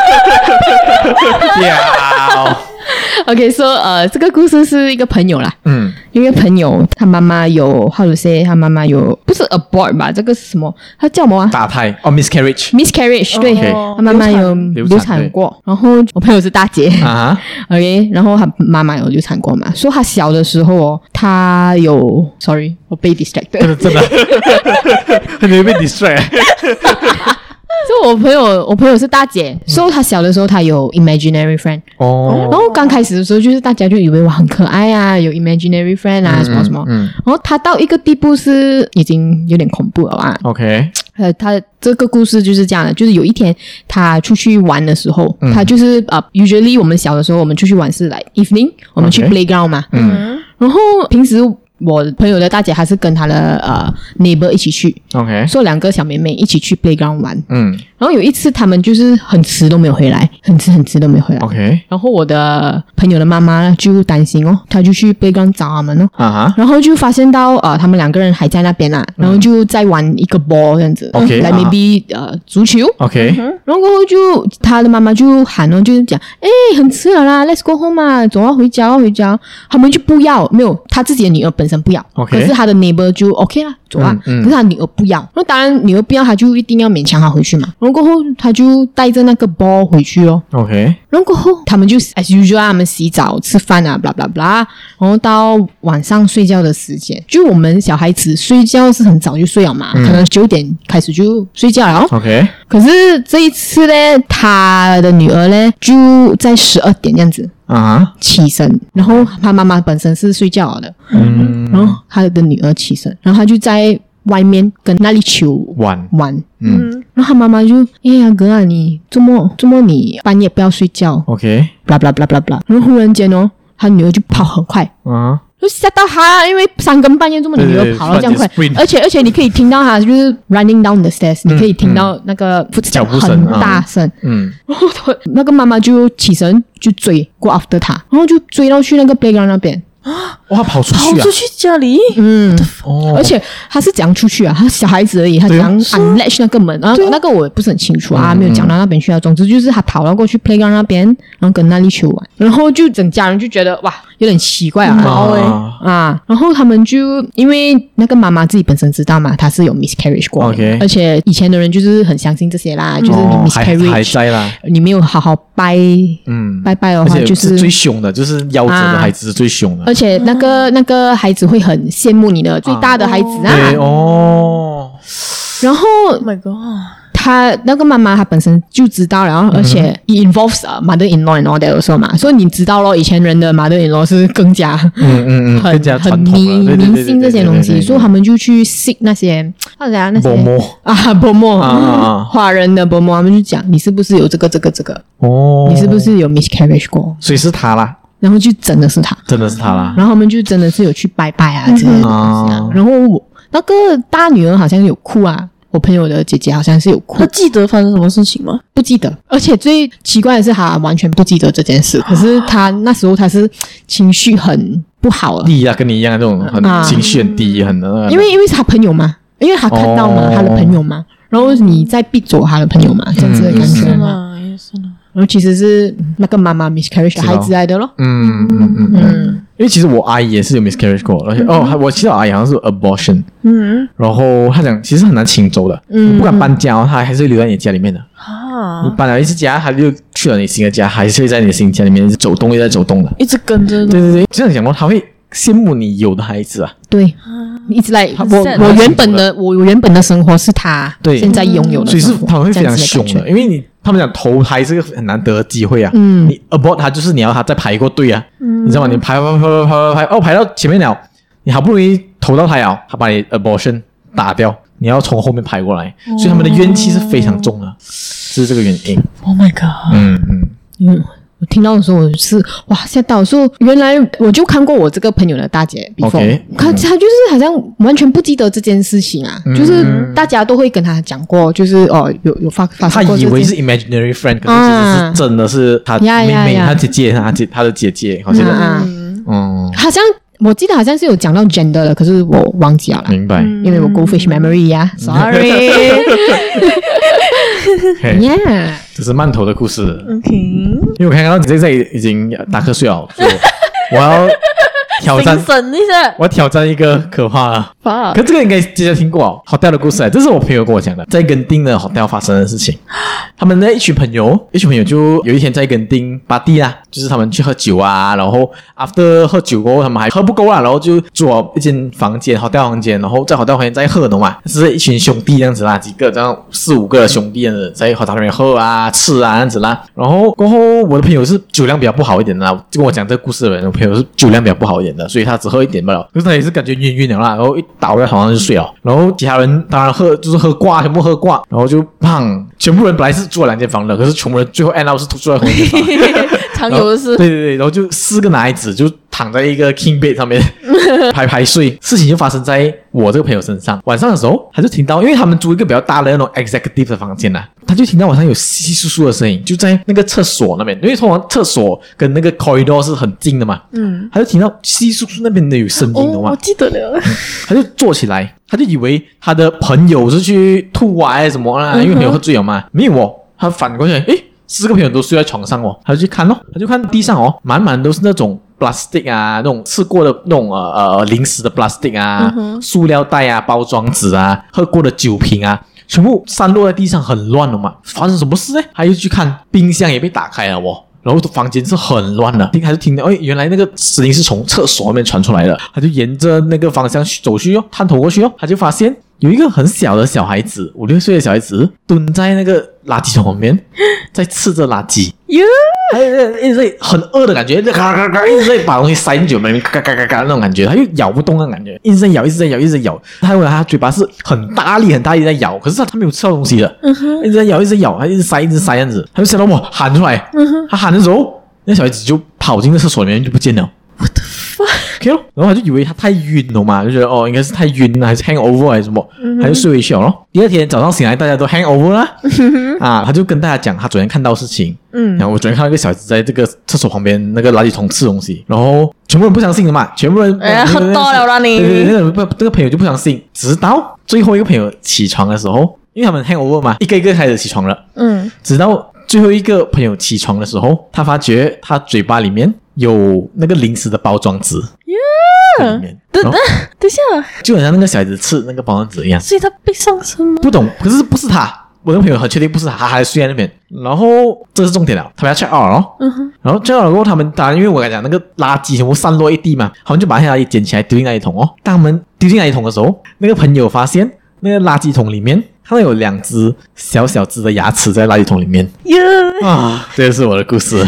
呀， OK，so 呃，这个故事是一个朋友啦。 嗯一个朋友，他妈妈有 how to say，他妈妈有不是 abort 吧？这个是什么？他叫什么啊打胎哦，miscarriage ？miscarriage，对， OK 他妈妈有流产流产过。然后我朋友是大姐啊 ，OK，然后他妈妈有流产过嘛？说他小的时候哦，他有 sorry，我被 distracted。 真的真的，很容易被 distract。 就我朋友，我朋友是大姐，所以他小的时候他有 imaginary friend， 哦然后刚开始的时候就是大家就以为我很可爱啊，有 imaginary friend 啊，什么什么， 嗯然后他到一个地步是已经有点恐怖了啊。 ，OK， 呃，他这个故事就是这样的，就是有一天他出去玩的时候， 嗯他就是呃，usually 我们小的时候我们出去玩是来 evening，我们去 OK playground 嘛， 嗯然后平时我朋友的大姐还是跟她的呃 neighbor 一起去， ，OK， 说两个小妹妹一起去 playground 玩， 嗯然后有一次他们就是很迟都没有回来，很迟很迟都没有回来。 ，OK， 然后我的朋友的妈妈就担心哦，她就去 playground 找他们哦， 啊哈然后就发现到呃他们两个人还在那边啦，然后就在玩一个 ball 这样子 OK， 来啊 maybe 呃足球， ，OK， 然后过后就他的妈妈就喊哦，就是讲哎很迟了啦，let's go home 啊，总要回家要回家，他们就不要，没有他自己的女儿本生不要 OK 可是他的 neighbor 就 OK 啦，走啊、 嗯嗯可是他女儿不要，那当然女儿不要，他就一定要勉强他回去嘛。然后过后他就带着那个 ball 回去哦。 OK 然后过后他们就 as usual 他们洗澡吃饭啊 blah blah blah， 然后到晚上睡觉的时间，就我们小孩子睡觉是很早就睡了嘛、 嗯可能九点开始就睡觉了、哦。 OK 可是这一次呢，他的女儿呢就在十二点这样子啊起身，然后他妈妈本身是睡觉了的， 嗯然后他的女儿起身，然后他就在外面跟那粒球晚玩， 嗯然后他妈妈就哎呀哥啊，你周末周末你半夜不要睡觉 OK ，blah blah blah blah blah，然后忽然间哦，他女儿就跑很快。 啊就吓到他，因为三更半夜这么你女儿跑到这样快对对对， 而且而且你可以听到他就是 running down the stairs，、你可以听到那个脚步声很大声， 嗯然后他那个妈妈就起身就追过 after 他，然后就追到去那个 playground 那边， 哇跑出去啊跑出去家里， 嗯， 哦而且他是怎样出去啊？他小孩子而已，他怎样 unlatch 那个门？然后那个我也不是很清楚啊，没有讲到那边去啊。总之就是他跑到过去 playground 那边，然后跟那粒球玩，然后就整家人就觉得哇，有点奇怪啊。 毛诶啊啊，然后他们就因为那个妈妈自己本身知道嘛，她是有 miscarriage 过的 OK 而且以前的人就是很相信这些啦，就是你哦还还 miscarriage，、 在啦你没有好好拜、 嗯拜拜的话， 而且就是最凶的，就是夭折的孩子是最凶的而且那个那个孩子会很羡慕你的最大的孩子啊。 对哦然后 ，Oh my god， 他那个妈妈她本身就知道了，然后而且 it involves uh, mother-in-law and all that also 嘛，所以你知道咯，以前人的 mother-in-law 是更加嗯嗯嗯很更加很传统了迷对对对迷信这些东西， 对对对对对所以他们就去 seek 那些或者啊那些薄膜啊薄膜啊啊啊华人的薄膜，他们就讲你是不是有这个这个这个， 哦你是不是有 miscarriage 过， 所以是他啦然后就真的是他， 真的是他啦然后他们就真的是有去拜拜啊这些东西啊啊， 然后我那个大女儿好像有哭啊。我朋友的姐姐好像是有哭他，记得发生什么事情吗？ 不记得，而且最奇怪的是，她完全不记得这件事。可是她那时候她是情绪很不好了， 低啊，跟你一样这种很啊情绪很低，很那个因为因为是她朋友嘛，因为她看到嘛， 哦她的朋友嘛，然后你再逼走她的朋友嘛，这样子的感觉是嘛。 啦，也是啦。 然后其实是那个妈妈 miscarriage 的孩子来的咯。 嗯嗯嗯嗯， 嗯， 因为其实我阿姨也是有 miscarriage 过，而且哦，我记得我阿姨好像是 abortion， 嗯然后她讲其实很难请走的， 嗯你不敢搬家哦，她还是会留在你家里面的。 啊你，搬了一次家，她就去了你新的家，还是会在你的新家里面一直走动，一直在走动的。 一直跟着对对对，这样讲过，她会羡慕你有的孩子啊。 对，一直来我很我原本的我原本的生活是她对现在拥有的所以是生活， 他们会非常这样子凶的， 感觉因为你他们讲投胎是个很难得的机会啊。 嗯你 abort 他就是你要他再排过队啊，你知道吗？你排排排排排排哦，排到前面了，你好不容易投到胎了，他把你 abortion 打掉，你要从后面排过来，所以他们的怨气是非常重的，是这个原因。 ，Oh my god， 嗯嗯， 嗯，我听到的时候我是哇吓到，说原来我就看过我这个朋友的大姐 before， OK， 看她就是好像完全不记得这件事情啊， 嗯就是大家都会跟她讲过，就是哦有有发发他生过这件， 以为是 imaginary friend，可是其实是真的是他呀妹妹， 呀呀他姐姐，他姐他的姐姐，好像啊啊嗯， 好像我记得好像是有讲到 gender 的，可是我忘记了啦， 明白。 因为我 goldfish memory 呀、sorry 嘿 yeah 这是馒头的故事。 ，OK， 因为我看到你现在已经打瞌睡了，所以我要挑战精，神一下， 我要挑战一个可怕的。 爸可这个应该大家听过哦，hotel 的故事啊，这是我朋友跟我讲的，在垦丁的 hotel 发生的事情。他们的一群朋友，一群朋友就有一天在垦丁 party 啊，就是他们去喝酒啊，然后 after 喝酒过后，他们还喝不够啊，然后就住了一间房间 hotel 房间，然后在 hotel 房间再喝，懂吗？是一群兄弟这样子啦，几个这样四五个兄弟这样子在 hotel 里面喝啊、吃啊这样子啦。然后过后，我的朋友是酒量比较不好一点的啦，就跟我讲这个故事的人，我朋友是酒量比较不好一点的，所以他只喝一点罢了。可是他也是感觉晕晕的啦，然后一倒在床上就睡了。然后其他人当然喝就是喝挂，全部喝挂，然后就砰，全部人本来是住了两间房的，可是全部人最后 end up 是住在同一间房。 常有的事对，对对，然后就四个男孩子就躺在一个 king bed 上面排排睡，事情就发生在我这个朋友身上。晚上的时候，他就听到，因为他们租一个比较大的那种 executive 的房间呐、啊，他就听到晚上有稀稀疏疏的声音，就在那个厕所那边，因为通常厕所跟那个 corridor 是很近的嘛，嗯，他就听到稀稀疏疏那边的有声音的哦， 嘛我，记得了， 他就坐起来，他就以为他的朋友是去吐啊还是什么啦，因为朋友喝醉了嘛，没有哦，他反过去，诶。四个朋友都睡在床上哦，他就去看咯，他就看地上哦，满满都是那种 plastic 啊，那种吃过的那种呃呃零食的 plastic 啊、嗯、塑料袋啊、包装纸啊、喝过的酒瓶啊，全部散落在地上，很乱了嘛。发生什么事呢？他又去看冰箱也被打开了哦。然后房间是很乱的，听还是听到，哎，原来那个声音是从厕所那边传出来的。他就沿着那个方向走去哦，探头过去哦，他就发现有一个很小的小孩子，五六岁的小孩子蹲在那个垃圾桶旁边，在吃着垃圾。哟，还一直在很饿的感觉，咔咔咔，一直在把东西塞进嘴巴里面，咔咔咔咔那种感觉，他又咬不动那种感觉，一直在咬，一直在咬，一直在咬。他以为他嘴巴是很大力、很大力在咬，可是他他没有吃到东西的，嗯、一直在咬，一直在咬，他一直塞，一直塞这样子。他就想到我喊出来，嗯、他喊的时候，那小孩子就跑进那厕所里面就不见了。 What the fuck？ OK 咯，然后他就以为他太晕了嘛，就觉得哦应该是太晕了，还是 hangover 还是什么，嗯、他就睡回去了咯。第二天早上醒来，大家都 hangover 啦，嗯、啊，他就跟大家讲他昨天看到事情，嗯，然后我昨天看到一个小孩子在这个厕所旁边那个垃圾桶吃东西，然后全部人不相信的嘛，全部人哎呀喝多了啦你， 对对，那个那个朋友就不相信，直到最后一个朋友起床的时候，因为他们 hangover 嘛，一个一个开始起床了，嗯，直到最后一个朋友起床的时候，他发觉他嘴巴里面有那个零食的包装纸在里面， 等等等一下， 就好像那个小孩子吃那个包装纸一样。 所以他被上身吗？ 不懂，可是不是他，我那个朋友很确定不是他，他还睡在那边。然后这是重点了，他们要 check out 了，嗯哼，然后 check out 了过后，他们当然因为我跟你讲那个垃圾全部散落一地嘛，他们就把那些垃圾捡起来丢进垃圾桶哦。当他们丢进垃圾桶的时候，那个朋友发现那个垃圾桶里面看到有两只小小只的牙齿在垃圾桶里面。 Yeah. 啊，这个是我的故事。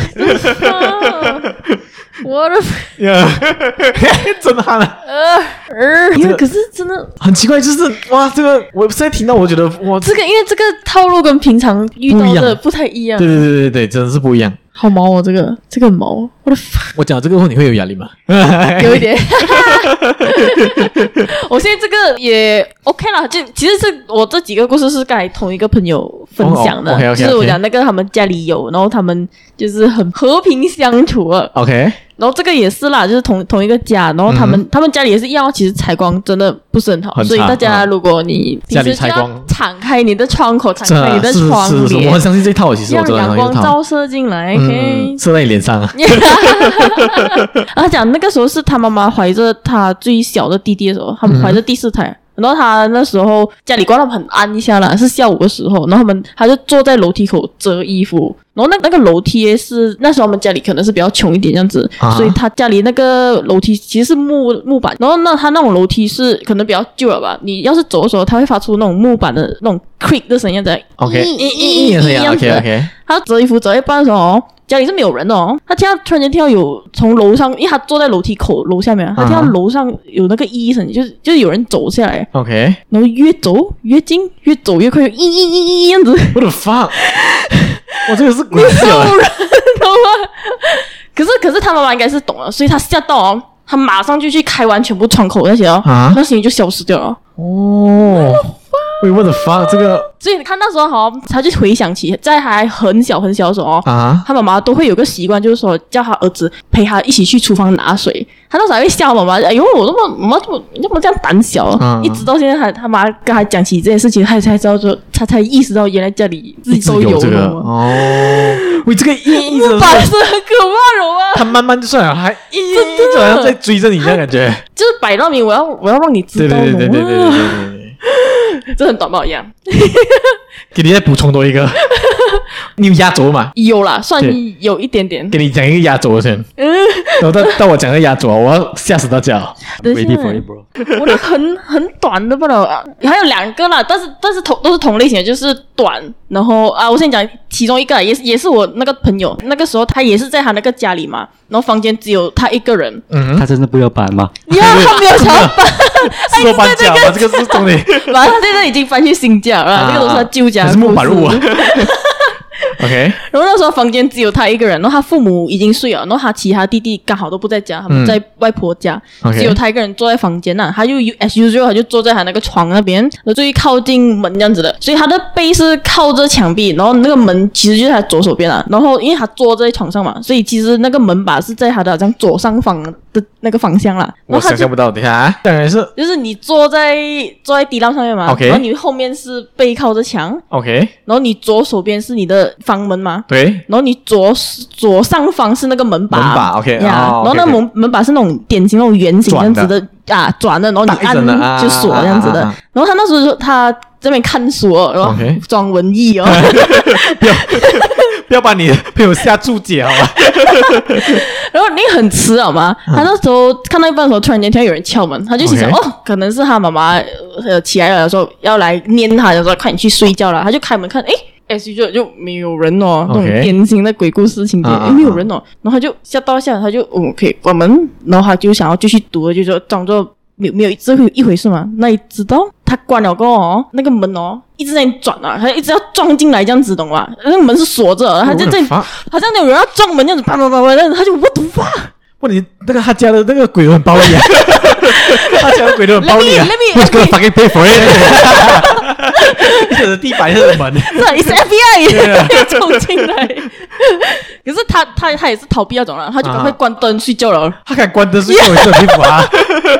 我的震撼了。 呃呃，因为可是真的很奇怪，就是哇，这个我现在听到，我觉得哇， 这个因为这个套路跟平常遇到的不太一样。 对对对对对，真的是不一样。 好毛哦，这个这个很毛。我的， 我讲这个后你会有压力吗？ 有一点。我现在这个也 OK 啦，就其实是我这几个故事是刚才同一个朋友分享的， oh, okay, okay, 就是我讲那个他们家里有，然后他们就是很和平相处了。 OK。 然后这个也是啦，就是同同一个家，然后他们、嗯、他们家里也是一样，其实采光真的不是很好， 很所以大家如果你家里采光， 敞开你的窗口，敞开你的窗帘， 是是是，我很相信这套，其实我真的让阳光照射进来，可以、 嗯、射在你脸上啊。 他讲那个时候是他妈妈怀着他最小的弟弟的时候，他们怀着第四胎。嗯，然后他那时候家里关到很暗一下啦，是下午的时候，然后他们他就坐在楼梯口折衣服，然后那那个楼梯是那时候我们家里可能是比较穷一点这样子，啊、所以他家里那个楼梯其实是木木板，然后那他那种楼梯是可能比较旧了吧，你要是走的时候，它会发出那种木板的那种 creak 的声音在 ，OK， 咦咦咦这样子 ，OK OK， 他折衣服折一半的时候哦。家里是没有人的哦，他听到突然间听到有从楼上，因为他坐在楼梯口楼下面，他听到楼上有那个咦声，就是就是有人走下来 ，OK， 然后越走越近，越走越快，咦咦咦咦这样子。 What the fuck？ 我这个是鬼笑啊！ 可是可是他妈妈应该是懂了，所以他吓到哦，他马上就去开完全部窗口那些哦，啊、那声音就消失掉了。 哦。喂 ，what the fuck？ 这个， 所以你看那时候哈，他就回想起在还很小很小的时候啊， 他妈妈都会有个习惯，就是说叫他儿子陪他一起去厨房拿水。他那时候还会笑妈妈，哎呦，我那么妈妈怎么怎么这样胆小？啊、一直到现在他他妈跟他讲起这件事情，他才知道说，他才意识到原来家里自己都有这个哦。喂，这个一木板是很可怕的吗？ 他慢慢就算了，还一一直好像在追着你这样感觉， 就是摆到明，我要我要让你知道， 对对对对对对对对。 这很短毛一样， 给你再补充多一个，你有压轴吗？ 有啦，算有一点点。 给你讲一个压轴的先，嗯，然后到到我讲个压轴，我要吓死大家。 Ready for it, bro？ 我的很很短的不了，还有两个啦，但是但是同都是同类型的，就是短。然后啊，我先讲其中一个，也是也是我那个朋友，那个时候他也是在他那个家里嘛，然后房间只有他一个人。 嗯， 他真的不要搬吗？ 呀，他没有想要搬， 是说搬家吗？这个是重点。 反正他现在已经搬去新家了，这个都是他旧家， 是木板路啊。OK， 然后那时候房间只有他一个人，然后他父母已经睡了，然后他其他弟弟刚好都不在家，他们在外婆家，嗯、只有他一个人坐在房间那、啊，他就 as usual 他就坐在他那个床那边，然后最靠近门这样子的，所以他的背是靠着墙壁，然后那个门其实就是他左手边啊，然后因为他坐在床上嘛，所以其实那个门把是在他的好像左上方的那个方向啦。 我想象不到，等一下啊，当然是就是你坐在坐在地浪上面嘛 OK 然后你后面是背靠着墙， OK， 然后你左手边是你的房门嘛， 对， 然后你左左上方是那个门把， 门把 OK， 呀、 哦然后那 OK，OK 门门把是那种典型那种圆形这样子的啊，转的，然后你大一整的啊按就锁这样子的。 啊啊啊啊然后他那时候他这边看书哦，然后 OK 装文艺哦， 不要不要把你的朋友下注解好吧？ 然后你很迟好吗？他那时候看到一半的时候，突然间听到有人敲门，他就心想 OK 哦，可能是他妈妈呃起来了，说要来念他，就说快点去睡觉了。他就开门看，诶 S U 就就没有人哦，那种 OK 典型的鬼故事情节， 啊啊诶没有人哦，然后他就吓到吓，他就嗯可以关门，然后他就想要继续读，就说装作没有没有这一回事嘛。那你知道他关了过后哦，那个门哦一直在转啊，他一直要撞进来这样子，懂吗？那个门是锁着的，他就在 What the fuck？ 好像有人要撞门这样子，啪啪啪啪，然后他就我读发。 哇，你那个他家的那个鬼都很暴力啊，他家的鬼都很暴力啊 Let me- let me- Who's gonna fucking pay for it？ 一整个地板，一整个门， 这是 F B I 冲进来，可是他他他也是逃避那种了，他就赶快关灯睡觉了， 他敢关灯睡觉，也是很佩服啊，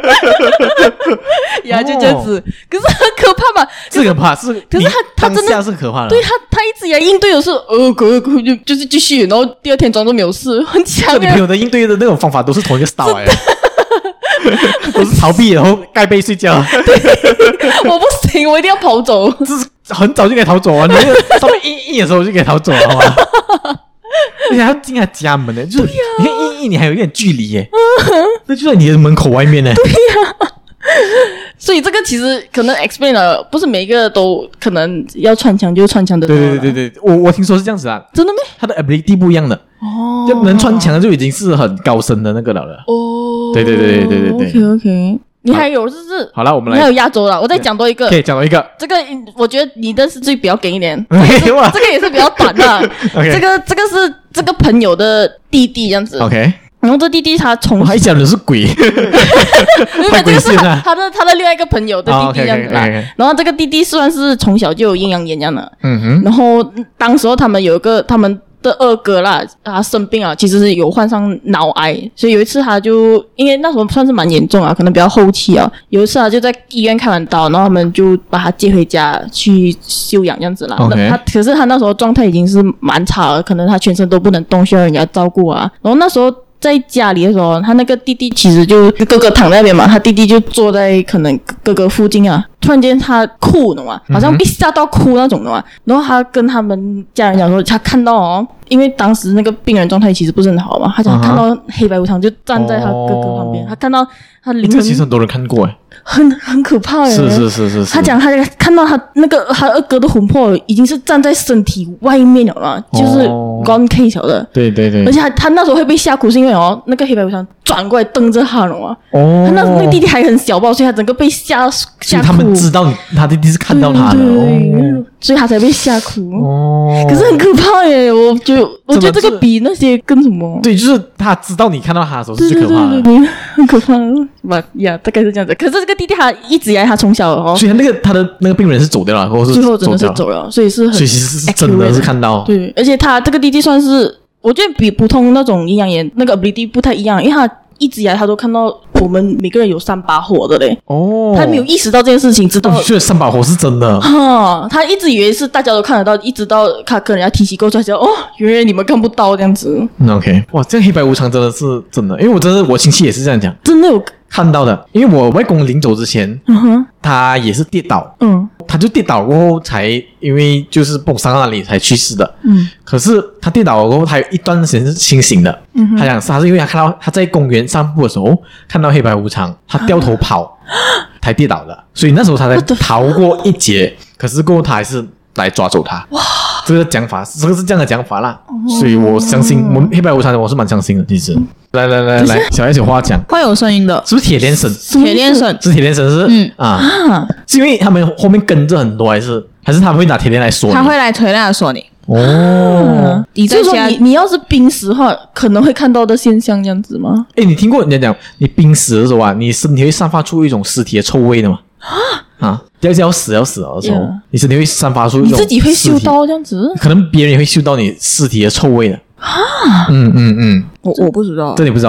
呀就这样子，可是很可怕嘛。 是可怕，是， 可是他他真的当下是可怕的， 对他，他一直以来应对的是呃，可可就就是继续，然后第二天装作没有事，很强哎这你朋友。的应对的那种方法都是同一个 style 来的，都是逃避，然后盖被睡觉， 我不行，我一定要跑走。 这是很早就该逃走啊！你那个稍微一一的时候就该逃走了，好吗？而且还要进他家门呢，就是、你看一一你还有一点距离耶，那就在你的门口外面呢。 所以这个其实可能 explain 了，不是每一个都可能要穿墙就穿墙的。 对对对对对，我我听说是这样子啊， 真的吗？ 他的 ability 不一样的， 哦就能穿墙就已经是很高深的那个了了。 哦， 对对对对对对 OK OK，你还有就是好了，我们你还有来压轴了，我再讲多一个可。以讲到一个， 这个我觉得你的是最比较给一点， 没哇这个也是比较短的。 ，OK， 这个这个是这个朋友的弟弟这样子， OK， 然后这弟弟他从我还讲的是鬼， 因为太这个是他鬼线了。 他的他的另外一个朋友的弟弟这样子啦。 哦，OK，OK，OK，OK 然后这个弟弟算是从小就有阴阳眼这样的， 嗯哼， 然后当时候他们有一个他们的二哥啦，他生病啊，其实是有患上脑癌，所以有一次他就因为那时候算是蛮严重啊，可能比较后期啊，有一次他就在医院开完刀，然后他们就把他接回家去休养这样子啦。 OK 那他可是他那时候状态已经是蛮差了，可能他全身都不能动，需要人家照顾啊。然后那时候在家里的时候，他那个弟弟其实就哥哥躺在那边嘛，他弟弟就坐在可能哥哥附近啊。突然间他哭，懂吗？好像被吓到哭那种的嘛。然后他跟他们家人讲说，他看到哦，因为当时那个病人状态其实不是很好嘛，他讲他看到黑白无常就站在他哥哥旁边， 哦他看到他灵魂这个其实很多人看过哎， 很很可怕耶。 是是是是是， 他讲他看到他那个他二哥的魂魄已经是站在身体外面了嘛，就是哦 gone case 的。 对对对， 而且他他那时候会被吓哭，是因为哦，那个黑白无常转过来瞪着他了嘛。 哦， 他那那个弟弟还很小吧，所以他整个被吓所吓哭。 以他们知道你他弟弟是看到他的对对对哦所以他才被吓哭。 哦， 可是很可怕耶，我觉得我觉得这怎么个比那些更什么？ 对，就是他知道你看到他的时候是对对最可怕的， 对对对，很可怕。吧呀，大概是这样子。可是这个弟弟他一直以来他从小哦， 所以那个他的那个病人是走掉了，或者是最后真的是掉了， 走了，所以是很所以其实是真的是看到， 对，而且他这个弟弟算是我觉得比普通那种阴阳眼那个 ability 不太一样，因为他一直以来他都看到我们每个人有三把火的嘞， 哦， 他没有意识到这件事情，直到哦，所以三把火是真的， 哈，他一直以为是大家都看得到，一直到他跟人家提起过，才知道哦，原来你们看不到这样子， 嗯 OK，哇，这个黑白无常真的是真的，因为我真的我亲戚也是这样讲真的有， 看到的，因为我外公临走之前， 嗯哼， 他也是跌倒， 嗯他就跌倒过后才因为就是蹦伤到那里才去世的。 嗯可是他跌倒过后，他有一段时间是清醒的。 嗯哼他讲是他是因为他看到他在公园散步的时候看到黑白无常，他掉头跑才跌倒的，所以那时候他才 What the fuck？ 逃过一劫。可是过后他还是来抓走他。哇，这个讲法，这个是这样的讲法啦。所以我相信我们黑白无常，我是蛮相信的。其实，来来来来，小 S 有话讲， 会有声音的， 是不是铁链绳？ 铁链绳。 是铁链绳是？ 嗯啊， 啊， 是因为他们后面跟着很多，还是还是他们会拿铁链来锁你？ 他会来推那锁你。 哦。 你在家所以说你你要是濒死的话，可能会看到的现象这样子吗？ 哎，你听过人家讲，你濒死的时候啊，你身体会散发出一种尸体的臭味的吗？啊，要要死要死了的时候 Yeah 你身体会散发出一种你自己会嗅尸体， 到这样子？ 可能别人也会嗅到你尸体的臭味的。啊，嗯嗯嗯， 我我不知道这，你不知道哦。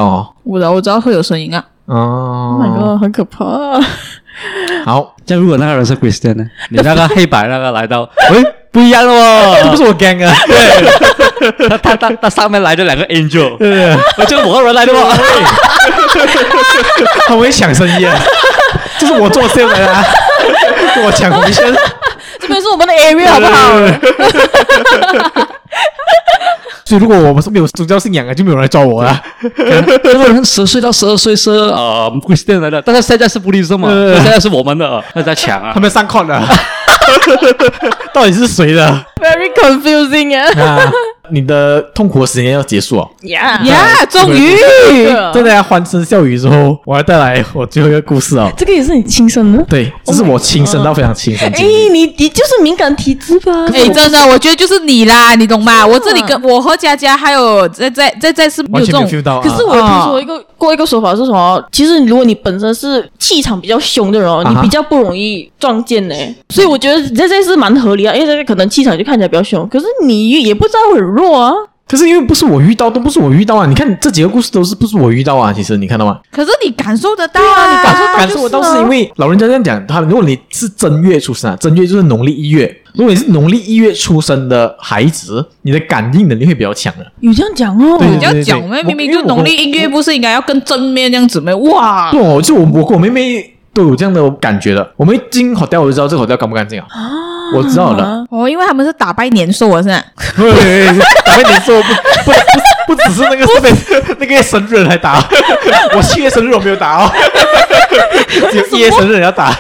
我知道我知道会有声音啊。 哦 Oh my god， 很可怕。 好， 这样如果那个人是 Christian 呢？你那个黑白那个来到，喂，不一样了哦， 这不是我 gang 啊， 对，他他他他上面来就两个 angel， 对， 我就是我个人来的嘛， 他们会抢生意啊，这是我做 sale 的啊，跟我抢 commission， 这边是我们的 area 好不好？ 所以如果我们是没有宗教信仰啊，就没有人来抓我了。 这个人十岁到十二岁是呃 Christian 来的，但是现在是不理什么， 呃现在是我们的，他在抢啊他。们上 court 了，到底是谁的？ Very confusing 啊啊，你的痛苦的时间要结束哦。 ！Yeah， 呀，终于在大家欢声笑语之后，我要带来我最后一个故事哦。 这个也是你亲身的。 对，这是我亲身到非常亲身哎经历。， 你你就是敏感体质吧？ 哎，真的，我觉得就是你啦，你懂吗？我这里跟我和佳佳还有在在在在是没有完全没有这种 feel 到啊。 可是我有听说一个过一个说法是什么？其实如果你本身是气场比较凶的人哦， 啊哈你比较不容易撞见呢。所以我觉得这这是蛮合理啊，因为这可能气场就看起来比较凶，可是你也不知道很弱啊。 可是因为不是我遇到，都不是我遇到啊！你看这几个故事都是不是我遇到啊？其实你看到吗？ 可是你感受得到对啊你感受到感受我倒是因为老人家这样讲，他如果你是正月出生啊，正月就是农历一月，如果你是农历一月出生的孩子，你的感应能力会比较强的。 有这样讲哦？ 对你要讲咩？ 我明明因为我就农历一月不是应该要更正面这样子咩？哇！ 对哦，就我我跟我妹妹都有这样的感觉的。我们一进 hotel 我就知道这个 hotel 干不干净啊，我知道了。 哦，因为他们是打败年兽啊，是吧？ 对，打败年兽不不不不只是那个是被那个月生日来打，我七月生日我没有打哦，只有一月生日要打。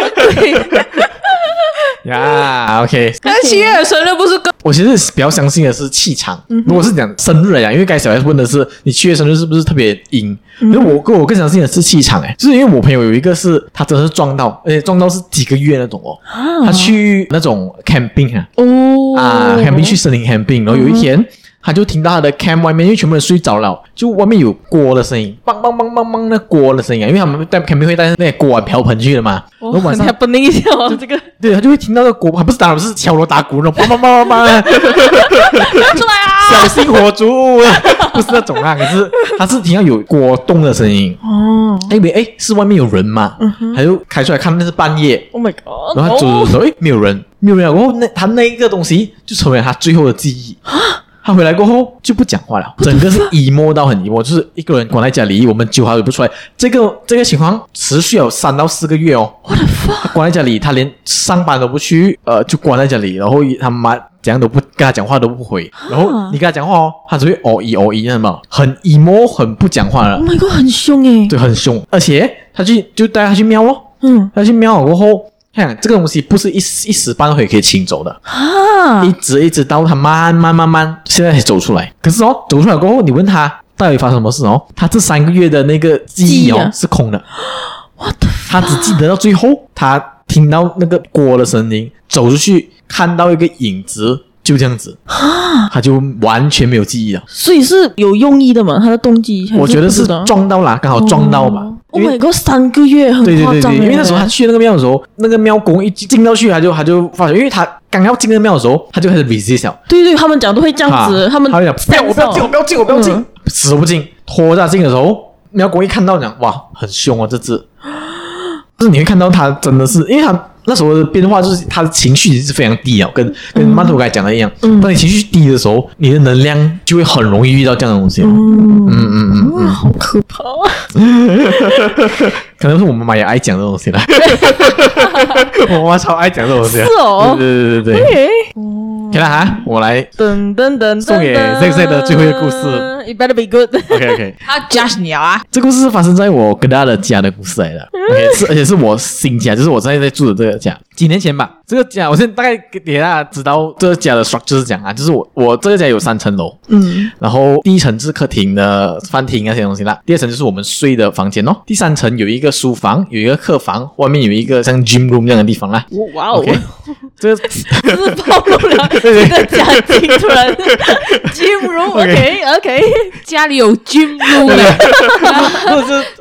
呀、yeah, ，OK， 但是七月的生日不是更我其实比较相信的是气场。如果是讲生日来讲，因为刚才小 S 问的是你七月生日是不是特别阴？因为我跟我更相信的是气场，哎，就是因为我朋友有一个是他真的是撞到，而且撞到是几个月那种哦，他去那种 camping 啊， 哦啊 camping 去森林 camping，然后有一天。他就听到他的 camp 外面，因为全部人睡着了，就外面有锅的声音，梆梆梆梆梆那锅的声音啊，因为他们带 camping 会带那些锅碗瓢盆去的嘛，然后晚上很 happening 一下哦，这个对他就会听到那个锅，不是打鼓是敲锣打鼓那种，梆梆梆梆梆， 出来啊！ 小心火烛，不是那种啊，可是他是听到有锅动的声音， 哦哎以为哎是外面有人嘛，他就开出来看，那是半夜， ，Oh my god， 然后他走走走，哎没有人，没有人，然后那他那一个东西就成为他最后的记忆。他回来过后就不讲话了，整个是 emo 到很 emo，就是一个人关在家里，我们揪他也不出来。这个这个情况持续有三到四个月哦。 我的 fuck， 他关在家里，他连上班都不去，呃，就关在家里，然后他妈怎样都不跟他讲话都不回，然后你跟他讲话哦，他只会哦咦哦咦，那么很 emo， 很不讲话了 Oh，my god，很凶诶。 对，很凶，而且他去就带他去庙咯， 嗯他去庙了过后。看这个东西不是一时一时半会可以清走的， 啊一，直一直到他慢慢慢慢现在才走出来。可是哦，走出来过后，你问他到底发生什么事哦，他这三个月的那个记忆哦记忆啊是空的， What the 他只记得到最后，他听到那个锅的声音，走出去看到一个影子，就这样子，他就完全没有记忆了。 所以是有用意的嘛？他的动机还我觉得是不知道撞到啦，刚好撞到吧。 哦因 Oh 为 my god，三个月很对对对对， 夸张欸因为那时候他去那个庙的时候，那个庙公一进到去，他就他就发觉，因为他刚要进那个庙的时候，他就开始 resist 了。 对对，他们讲都会这样子， 啊他们他就讲不要，我不要进，我不要进，我不要进， 嗯死都不进，拖着进的时候，庙公一看到讲哇，很凶哦，这只，就是你会看到他真的是，因为他那时候的变化就是他的情绪是非常低啊，跟跟曼图刚才讲的一样， 嗯当你情绪低的时候，你的能量就会很容易遇到这样的东西。嗯嗯嗯嗯哇，好可怕啊！ 可能是我妈妈也爱讲这东西啦，我妈妈超爱讲这东西啊。 是哦对对对对对。 哎， 可以了哈，我来噔噔噔， 送给 Z Z 的最后一个故事。 ，You better be good。 OK OK。 他 judge 你啊！ 这故事是发生在我跟大家的家的故事来的，OK， 是而且是我新家，就是我现在在住的这个家。几年前吧，这个家我现在大概给给大家知道这个家的 structure 是讲啊，就是我我这个家有三层楼， 嗯然后第一层是客厅的饭厅那些东西啦，第二层就是我们睡的房间哦，第三层有一个书房，有一个客房，外面有一个像 gym room 这样的地方啦。 哇哦， OK，这个这是暴露了这个家庭突然进入 OK OK， 家里有 gym room 的， 或者是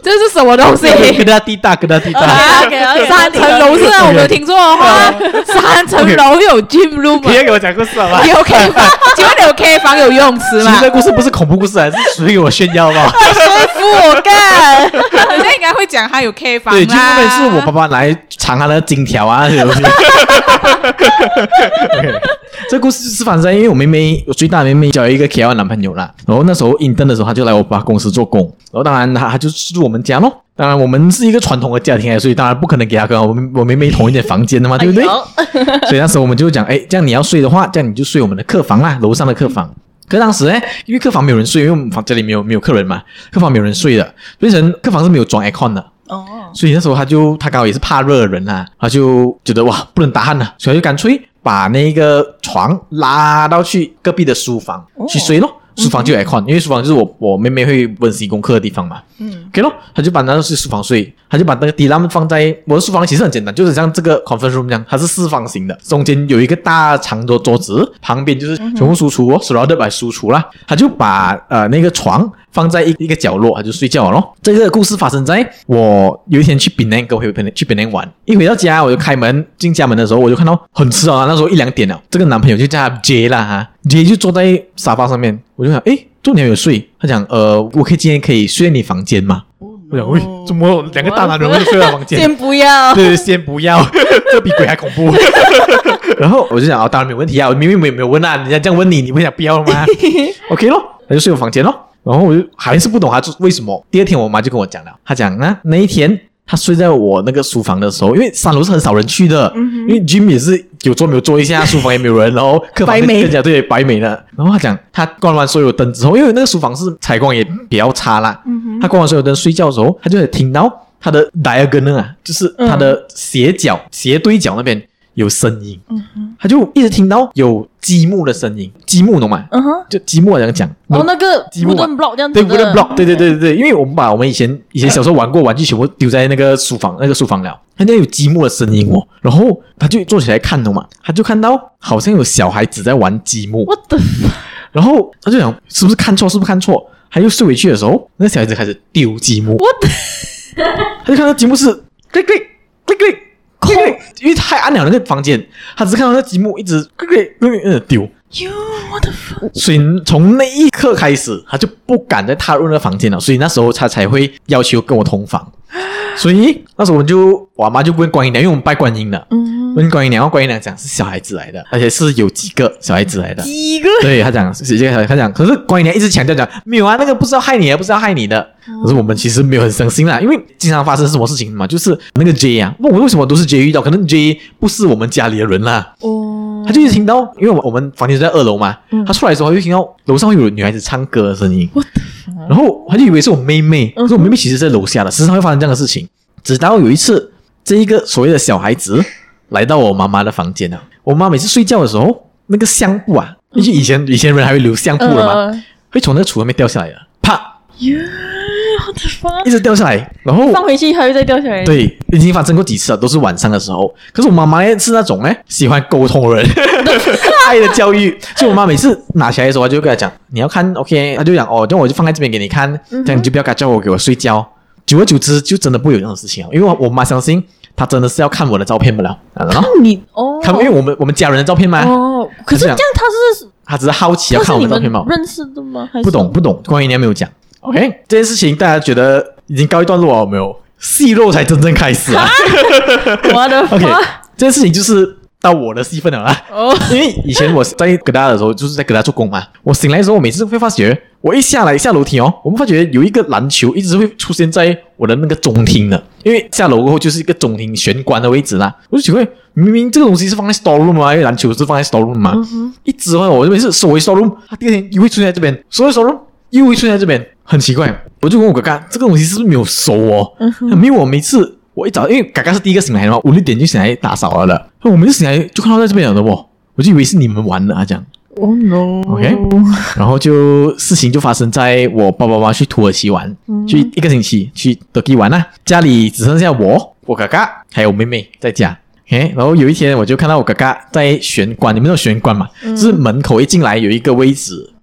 这是什么东西？ 跟他地大，跟他地大。 OK，OK，OK， 三层楼是啊，我没有听错的话，三层楼有 gym room 可以给我讲故事好吗？ 有 K 房，请问你有 K 房有游泳池吗其实？这故事不是恐怖故事，还是属于我炫耀吧？ 说服我干。 人家应该会讲他有 K 房对， 啦。 就因为是我爸爸来藏他的金条啊这些东西。okay, 这故事是发生在因为我妹妹，我最大的妹妹交了一个 K L 男朋友啦，然后那时候 intern 的时候，他就来我爸公司做工，然后当然他他就住我们家咯。当然我们是一个传统的家庭，所以当然不可能给他跟我我妹妹同一间房间的嘛，对不对？所以那时候我们就讲，哎，这样你要睡的话，这样你就睡我们的客房啦，楼上的客房。可是当时呢，因为客房没有人睡，因为我们房这里没有没有客人嘛，客房没有人睡的，变成客房是没有装 aircon 的。 哦， 所以那时候他就他刚好也是怕热的人啊，他就觉得哇不能打鼾了，所以他就干脆把那个床拉到去隔壁的书房、哦、去睡咯。书房就有 aircon，、嗯、因为书房就是我我妹妹会温习功课的地方嘛。嗯 ，OK 咯，他就把那个去书房睡，他就把那个地浪放在我的书房，其实很简单，就是像这个 conference room 这样，它是四方形的，中间有一个大长桌桌子，旁边就是全部书橱哦 ，surrounded by 书橱啦。他就把呃那个床放在一一个角落，他就睡觉了咯。这个故事发生在我有一天去槟城，跟我回去槟城玩，一回到家我就开门进家门的时候，我就看到很迟啊，那时候一两点了，这个男朋友就叫他 J 啦哈 ，J 就坐在沙发上面。我就想，诶，昨天有睡？他讲，呃，我可以今天可以睡在你房间吗？ Oh, no. 我讲，喂，怎么两个大男人会睡在房间？ 先不要， 对，先不要，这比鬼还恐怖。然后我就想，哦，当然没有问题啊，我明明没有没有问啊，人家这样问你，你不想不要吗？OK 咯，他就睡我房间咯。然后我就还是不懂他为什么。第二天我妈就跟我讲了，她讲啊，那一天他睡在我那个书房的时候，因为三楼是很少人去的，嗯、因为 gym 也是有做没有做一下，书房也没有人，然后客房更加对白美了。然后他讲，他关完所有灯之后，因为那个书房是采光也比较差啦，嗯、他关完所有灯睡觉的时候，他就会听到他的 diagonal 啊，就是他的斜角、嗯、斜对角那边有声音，嗯、他就一直听到有积木的声音，积木懂吗？嗯哼，就积木这样讲。 哦，那个积木 wooden block 这样子的。 对 wooden block， 对对对对对，因为我们把我们以前以前小时候玩过玩具全部丢在那个书房那个书房了，他那有积木的声音哦，然后他就坐起来看懂嘛，他就看到好像有小孩子在玩积木。 What the fuck？ 然后他就想是不是看错，是不是看错？他又睡回去的时候，那小孩子开始丢积木。 What the？ 他就看到积木是 click click click click。因为太暗了那个房间，他只看到那积木一直丢。 You what the fuck？ 所以从那一刻开始，他就不敢再踏入那个房间了。所以那时候他才会要求跟我同房。所以那时候我们就我妈就问观音娘，因为我们拜观音的，嗯，问观音娘，观音娘讲是小孩子来的，而且是有几个小孩子来的， 几个？ 对，他讲是几个，他讲，可是观音娘一直强调讲没有啊，那个不是要害你的，不是要害你的。嗯、可是我们其实没有很相信啦，因为经常发生什么事情嘛，就是那个 J 啊，问我为什么都是 J 遇到，可能 J 不是我们家里的人啦。哦，他就一直听到，因为我们房间在二楼嘛，嗯、他出来的时候他就听到楼上会有女孩子唱歌的声音。然后他就以为是我妹妹，可是我妹妹其实在楼下的，时常会发生这样的事情。直到有一次，这一个所谓的小孩子来到我妈妈的房间了。我妈每次睡觉的时候，那个相簿啊，因为以前以前人还会留相簿的嘛，呃、会从那个橱那边掉下来的，啪， yeah, what the fuck? 一直掉下来，然后放回去还会再掉下来。 对，已经发生过几次了，都是晚上的时候。可是我妈妈呢是那种呢喜欢沟通的人，爱的教育，所以我妈每次拿起来的时候，她就跟她讲，你要看 OK， 她就讲哦，这样我就放在这边给你看，这样你就不要叫我给我睡觉。久而久之，就真的不会有这种事情了，因为我妈相信她真的是要看我的照片不了，看你哦， 看因为我们我们家人的照片嘛。 哦，可是这样她是她只是好奇要看我们的照片吗？ 认识的吗？还是不懂不懂，关于你还没有讲。OK， 这件事情大家觉得已经告一段落了，有没有？戏肉才真正开始啊！ 我的 OK， 这件事情就是到我的戏份了啦。哦，因为以前我在哥大的时候，就是在哥大做工嘛。我醒来的时候，我每次会发觉，我一下来下楼梯哦，我们发觉有一个篮球一直会出现在我的那个中厅的，因为下楼过后就是一个中厅玄关的位置啦。我就奇怪，明明这个东西是放在 store room 嘛，因为篮球是放在 store room 嘛，嗯、一直哦，我这边是收回 store room， 它第二天又会出现在这边，收回 store room。又会出现在这边，很奇怪。我就问我哥哥，这个东西是不是没有收哦？嗯、因为我每次我一早，因为哥哥是第一个醒来的嘛，五六点就醒来打扫了的，我们就醒来就看到在这边了的哦，我就以为是你们玩的啊这样。 Oh no！OK， 然后就事情就发生在我爸爸妈妈去土耳其玩，嗯、去一个星期去德基玩啊，家里只剩下我、我哥哥还有我妹妹在家。OK， 然后有一天我就看到我哥哥在玄关，你们知道玄关嘛？嗯、就是门口一进来有一个位置。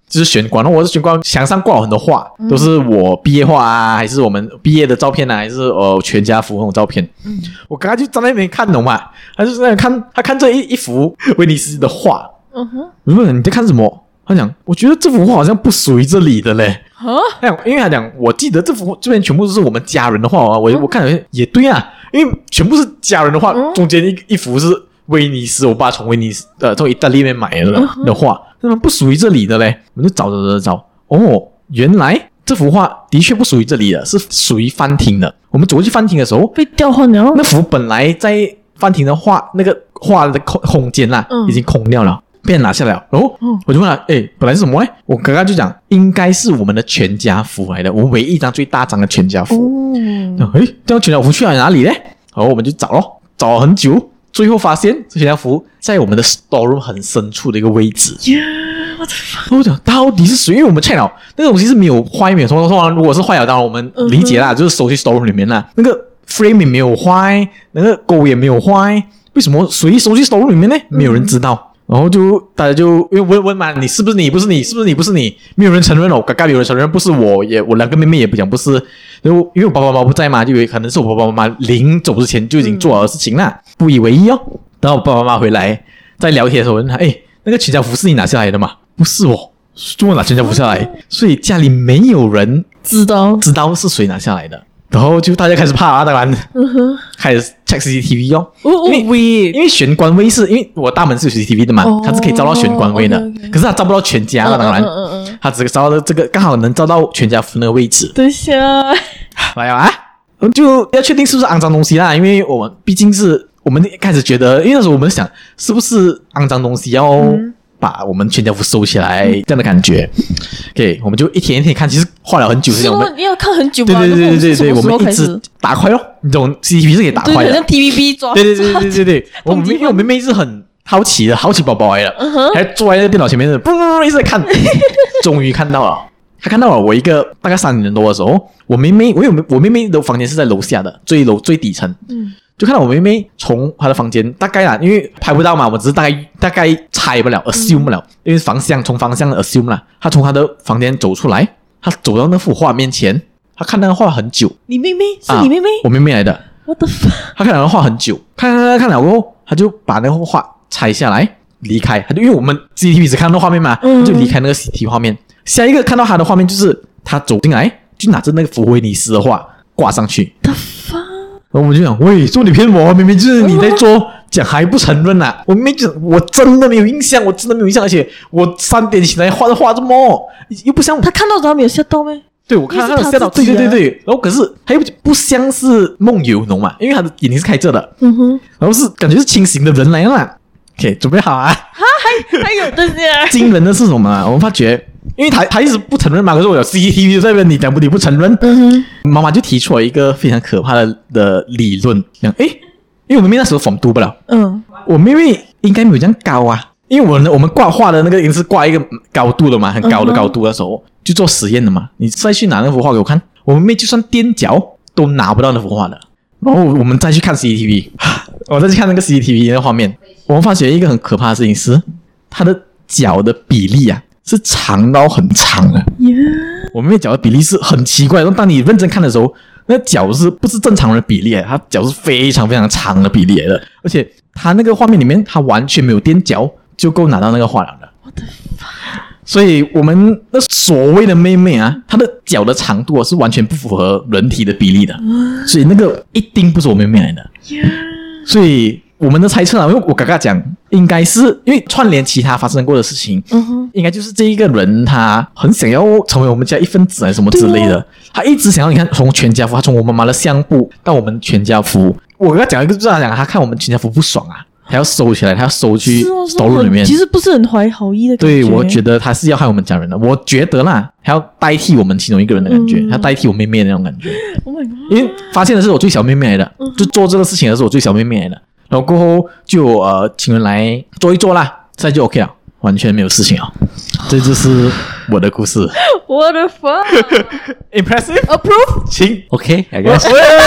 就是玄关，然后我是玄关墙上挂了很多画，嗯、都是我毕业画啊，还是我们毕业的照片啊，还是呃全家福那种照片。嗯、我刚刚就站在那边看，懂吗？他就是在看，他看这一一幅威尼斯的画。嗯哼，我问你在看什么？他讲，我觉得这幅画好像不属于这里的嘞。啊，因为他讲，我记得这幅这边全部都是我们家人的画啊，我、嗯、我看了也对啊，因为全部是家人的画，嗯、中间一一幅是威尼斯，我爸从威尼斯呃从意大利那边买的、嗯、的画，那么不属于这里的嘞，我们就找找找找，哦，原来这幅画的确不属于这里的，是属于饭厅的。我们走过去饭厅的时候， 被调换了。 那幅本来在饭厅的画那个画的空空间啦，嗯、已经空掉了。被人拿下来了，然后、哦、我就问他，哎，本来是什么呢？我刚刚就讲，应该是我们的全家福来的，我们唯一一张最大张的全家福。哦，哎，这张全家福去了哪里呢？然后我们就找咯，找了很久，最后发现这全家福在我们的 storeroom 很深处的一个位置。Yeah, what the fuck? 我讲到底是谁？因为我们 check 了那个东西是没有坏，没有什么。通常如果是坏了，当然我们理解啦，嗯、就是收去 storeroom 里面啦。那个 frame 也没有坏，那个钩也没有坏，为什么谁收去 storeroom 里面呢？没有人知道。嗯然后就大家就因为问问嘛，你是不是你？不是你，是不是你？不是你？没有人承认了，我嘎嘎有人承认不是我，也我两个妹妹也不讲不是，因为因为我爸爸妈妈不在嘛，就以为可能是我爸爸妈妈临走之前就已经做好的事情啦，嗯、不以为意哦。然后我爸爸妈妈回来在聊天的时候问他，哎，那个全家福是你拿下来的吗？不是哦，就我拿全家福下来，所以家里没有人知道知道是谁拿下来的。然后就大家开始怕啊，当然，嗯、开始 check C C T V 哦， 哦因为因为玄关位是因为我大门是有 C C T V 的嘛，哦、它是可以照到玄关位的， okay, okay. 可是它照不到全家了，当然，嗯嗯嗯、它只照到这个刚好能照到全家福那个位置。 等一下， 来啊，就要确定是不是肮脏东西啦，因为我们毕竟是我们一开始觉得，因为那时候我们想是不是肮脏东西要。嗯把我们全家福收起来，嗯、这样的感觉。OK， 我们就一天一天看，其实花了很久时间。我们你要看很久吗？对对对对对对，我们一直打快咯，你懂 C C T V 是可以打快的， 像 T V B 抓。 对对对对对对，我们因为我妹妹是很好奇的，好奇宝宝来的，嗯、还坐在那个电脑前面，不不不一直在看，终于看到了。她看到了我一个大概三年多的时候，我妹妹，我有我妹妹的房间是在楼下的最楼最底层。嗯。就看到我妹妹从她的房间，大概啦，因为拍不到嘛，我只是大概大概猜不了 ，assume 不了，嗯、因为方向从方向 assume 啦。她从她的房间走出来，她走到那幅画面前，她看那个画很久。 你妹妹是你妹妹？ 啊、我妹妹来的。 What the fuck？ 她看那个画很久，看看看看了过后，她就把那个画拆下来离开。她就因为我们 C C T V 只看到画面嘛，嗯、就离开那个 C C T V 画面。下一个看到她的画面就是她走进来，就拿着那个福威尼斯的画挂上去。 The fuck？ 然后我们就讲，喂，说你骗我，明明就是你在做，讲还不承认啊！我明明就我真的没有印象，我真的没有印象，而且我三点起来画的画这么，又不像他看到他没有吓到咩？ 对，我看到他吓到，对对对对。然后可是他又不像是梦游，懂吗？因为他的眼睛是开着的，嗯哼，然后是感觉是清醒的人来了。OK， 准备好啊！ 哈，还还有这些。 惊人的是什么啊？我们发觉。因为他他一直不承认嘛，可是我有 C C T V 在那边，你讲不你不承认，嗯哼，妈妈就提出了一个非常可怕的的理论，讲诶，因为我妹妹那时候 form two 不了，嗯，我妹妹应该没有这样高啊，因为我们我们挂画的那个已经是挂一个高度了嘛，很高的高度的时候、嗯、就做实验的嘛，你再去拿那幅画给我看，我妹妹就算踮脚都拿不到那幅画的，然后我们再去看 C C T V， 我再去看那个 C C T V 的画面，我们发现一个很可怕的事情是，她的脚的比例啊。是长到很长的， yeah. 我妹妹脚的比例是很奇怪的。当你认真看的时候，那脚是不是正常人的比例？她脚是非常非常长的比例来的，而且她那个画面里面，她完全没有踮脚就够拿到那个画了的。What the fuck？ 所以我们那所谓的妹妹啊，她的脚的长度是完全不符合人体的比例的， uh. 所以那个一定不是我妹妹来的。Yeah. 所以。我们的猜测啊，因为我刚刚讲，应该是因为串联其他发生过的事情，嗯哼，应该就是这一个人他很想要成为我们家一份子还是什么之类的，他一直想要你看从全家福，他从我妈妈的相簿到我们全家福，我跟他讲一个就是他讲他看我们全家福不爽啊，他要收起来，他要收去兜里面， 其实不是很怀好意的感觉。 对，我觉得他是要害我们家人的，我觉得啦，还要代替我们其中一个人的感觉，他、嗯、代替我妹妹的那种感觉。Oh my god！ 因为发现的是我最小妹妹来的，嗯、就做这个事情的是我最小妹妹来的。然后过后就呃请人来做一做啦，再就 OK 了，完全没有事情啊。这就是我的故事。 What the fuck? Impressive? Approve? 请 OK，I guess。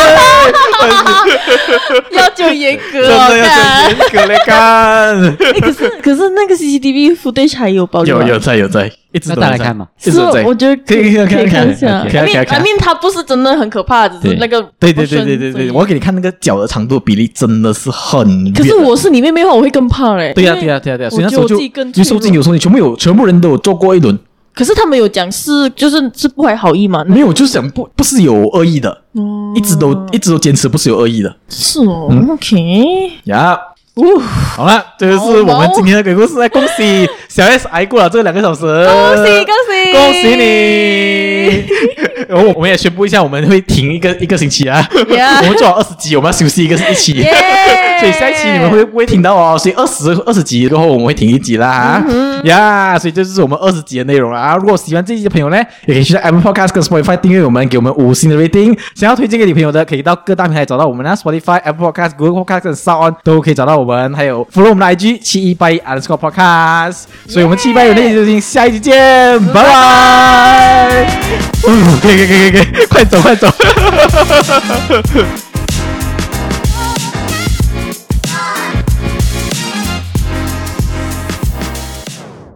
要求严格哦，真的要求严格来看。 欸、可是可是那个 C C T V footage 还有保留？ 有有在有在。 一直那都在大家看嘛， 是一直都在， 我觉得可以可以可以看一可下。 以可以 I 可以 mean 可以 I mean 它不是真的很可怕，只是对那个对对对 portion， 对对对对， 所以我给你看那个脚的长度比例真的是很远的。 可是我是你妹妹的话，我会更怕嘞。 对呀、 因为对呀、对呀、对呀、所以我觉得我那时候就自己更有受惊有受惊，全部有全部人都有做过一轮， 可是他们有讲是就是是不怀好意嘛？ 没有就是讲不不是有恶意的， 哦一直都一直都坚持不是有恶意的是哦、 嗯 o k 呀。 哦， 好了，这就是我们今天的鬼故事，来恭喜小 S 挨过了这两个小时，恭恭喜恭喜恭喜你！然后我们也宣布一下，我们会停一个一个星期啊 Yeah 我们做好二十集，我们要休息一个一期 Yeah 所以下一期你们会不会听到哦？所以二十二十集过后我们会停一集啦，呀、所以这就是我们二十集的内容了啊！如果喜欢这一集的朋友呢，也可以去到 Apple Podcast 跟 Spotify 订阅我们，给我们五星的 rating。想要推荐给你朋友的，可以到各大平台找到我们啊 Spotify、Apple Podcast、Google Podcast 跟 Sound 都可以找到我们，还有 follow 我们的 I G 七一八一 underscore podcast。所以我们七一八一有内容，下一集见，拜拜。嗯，可以可以可以可以，快走快走。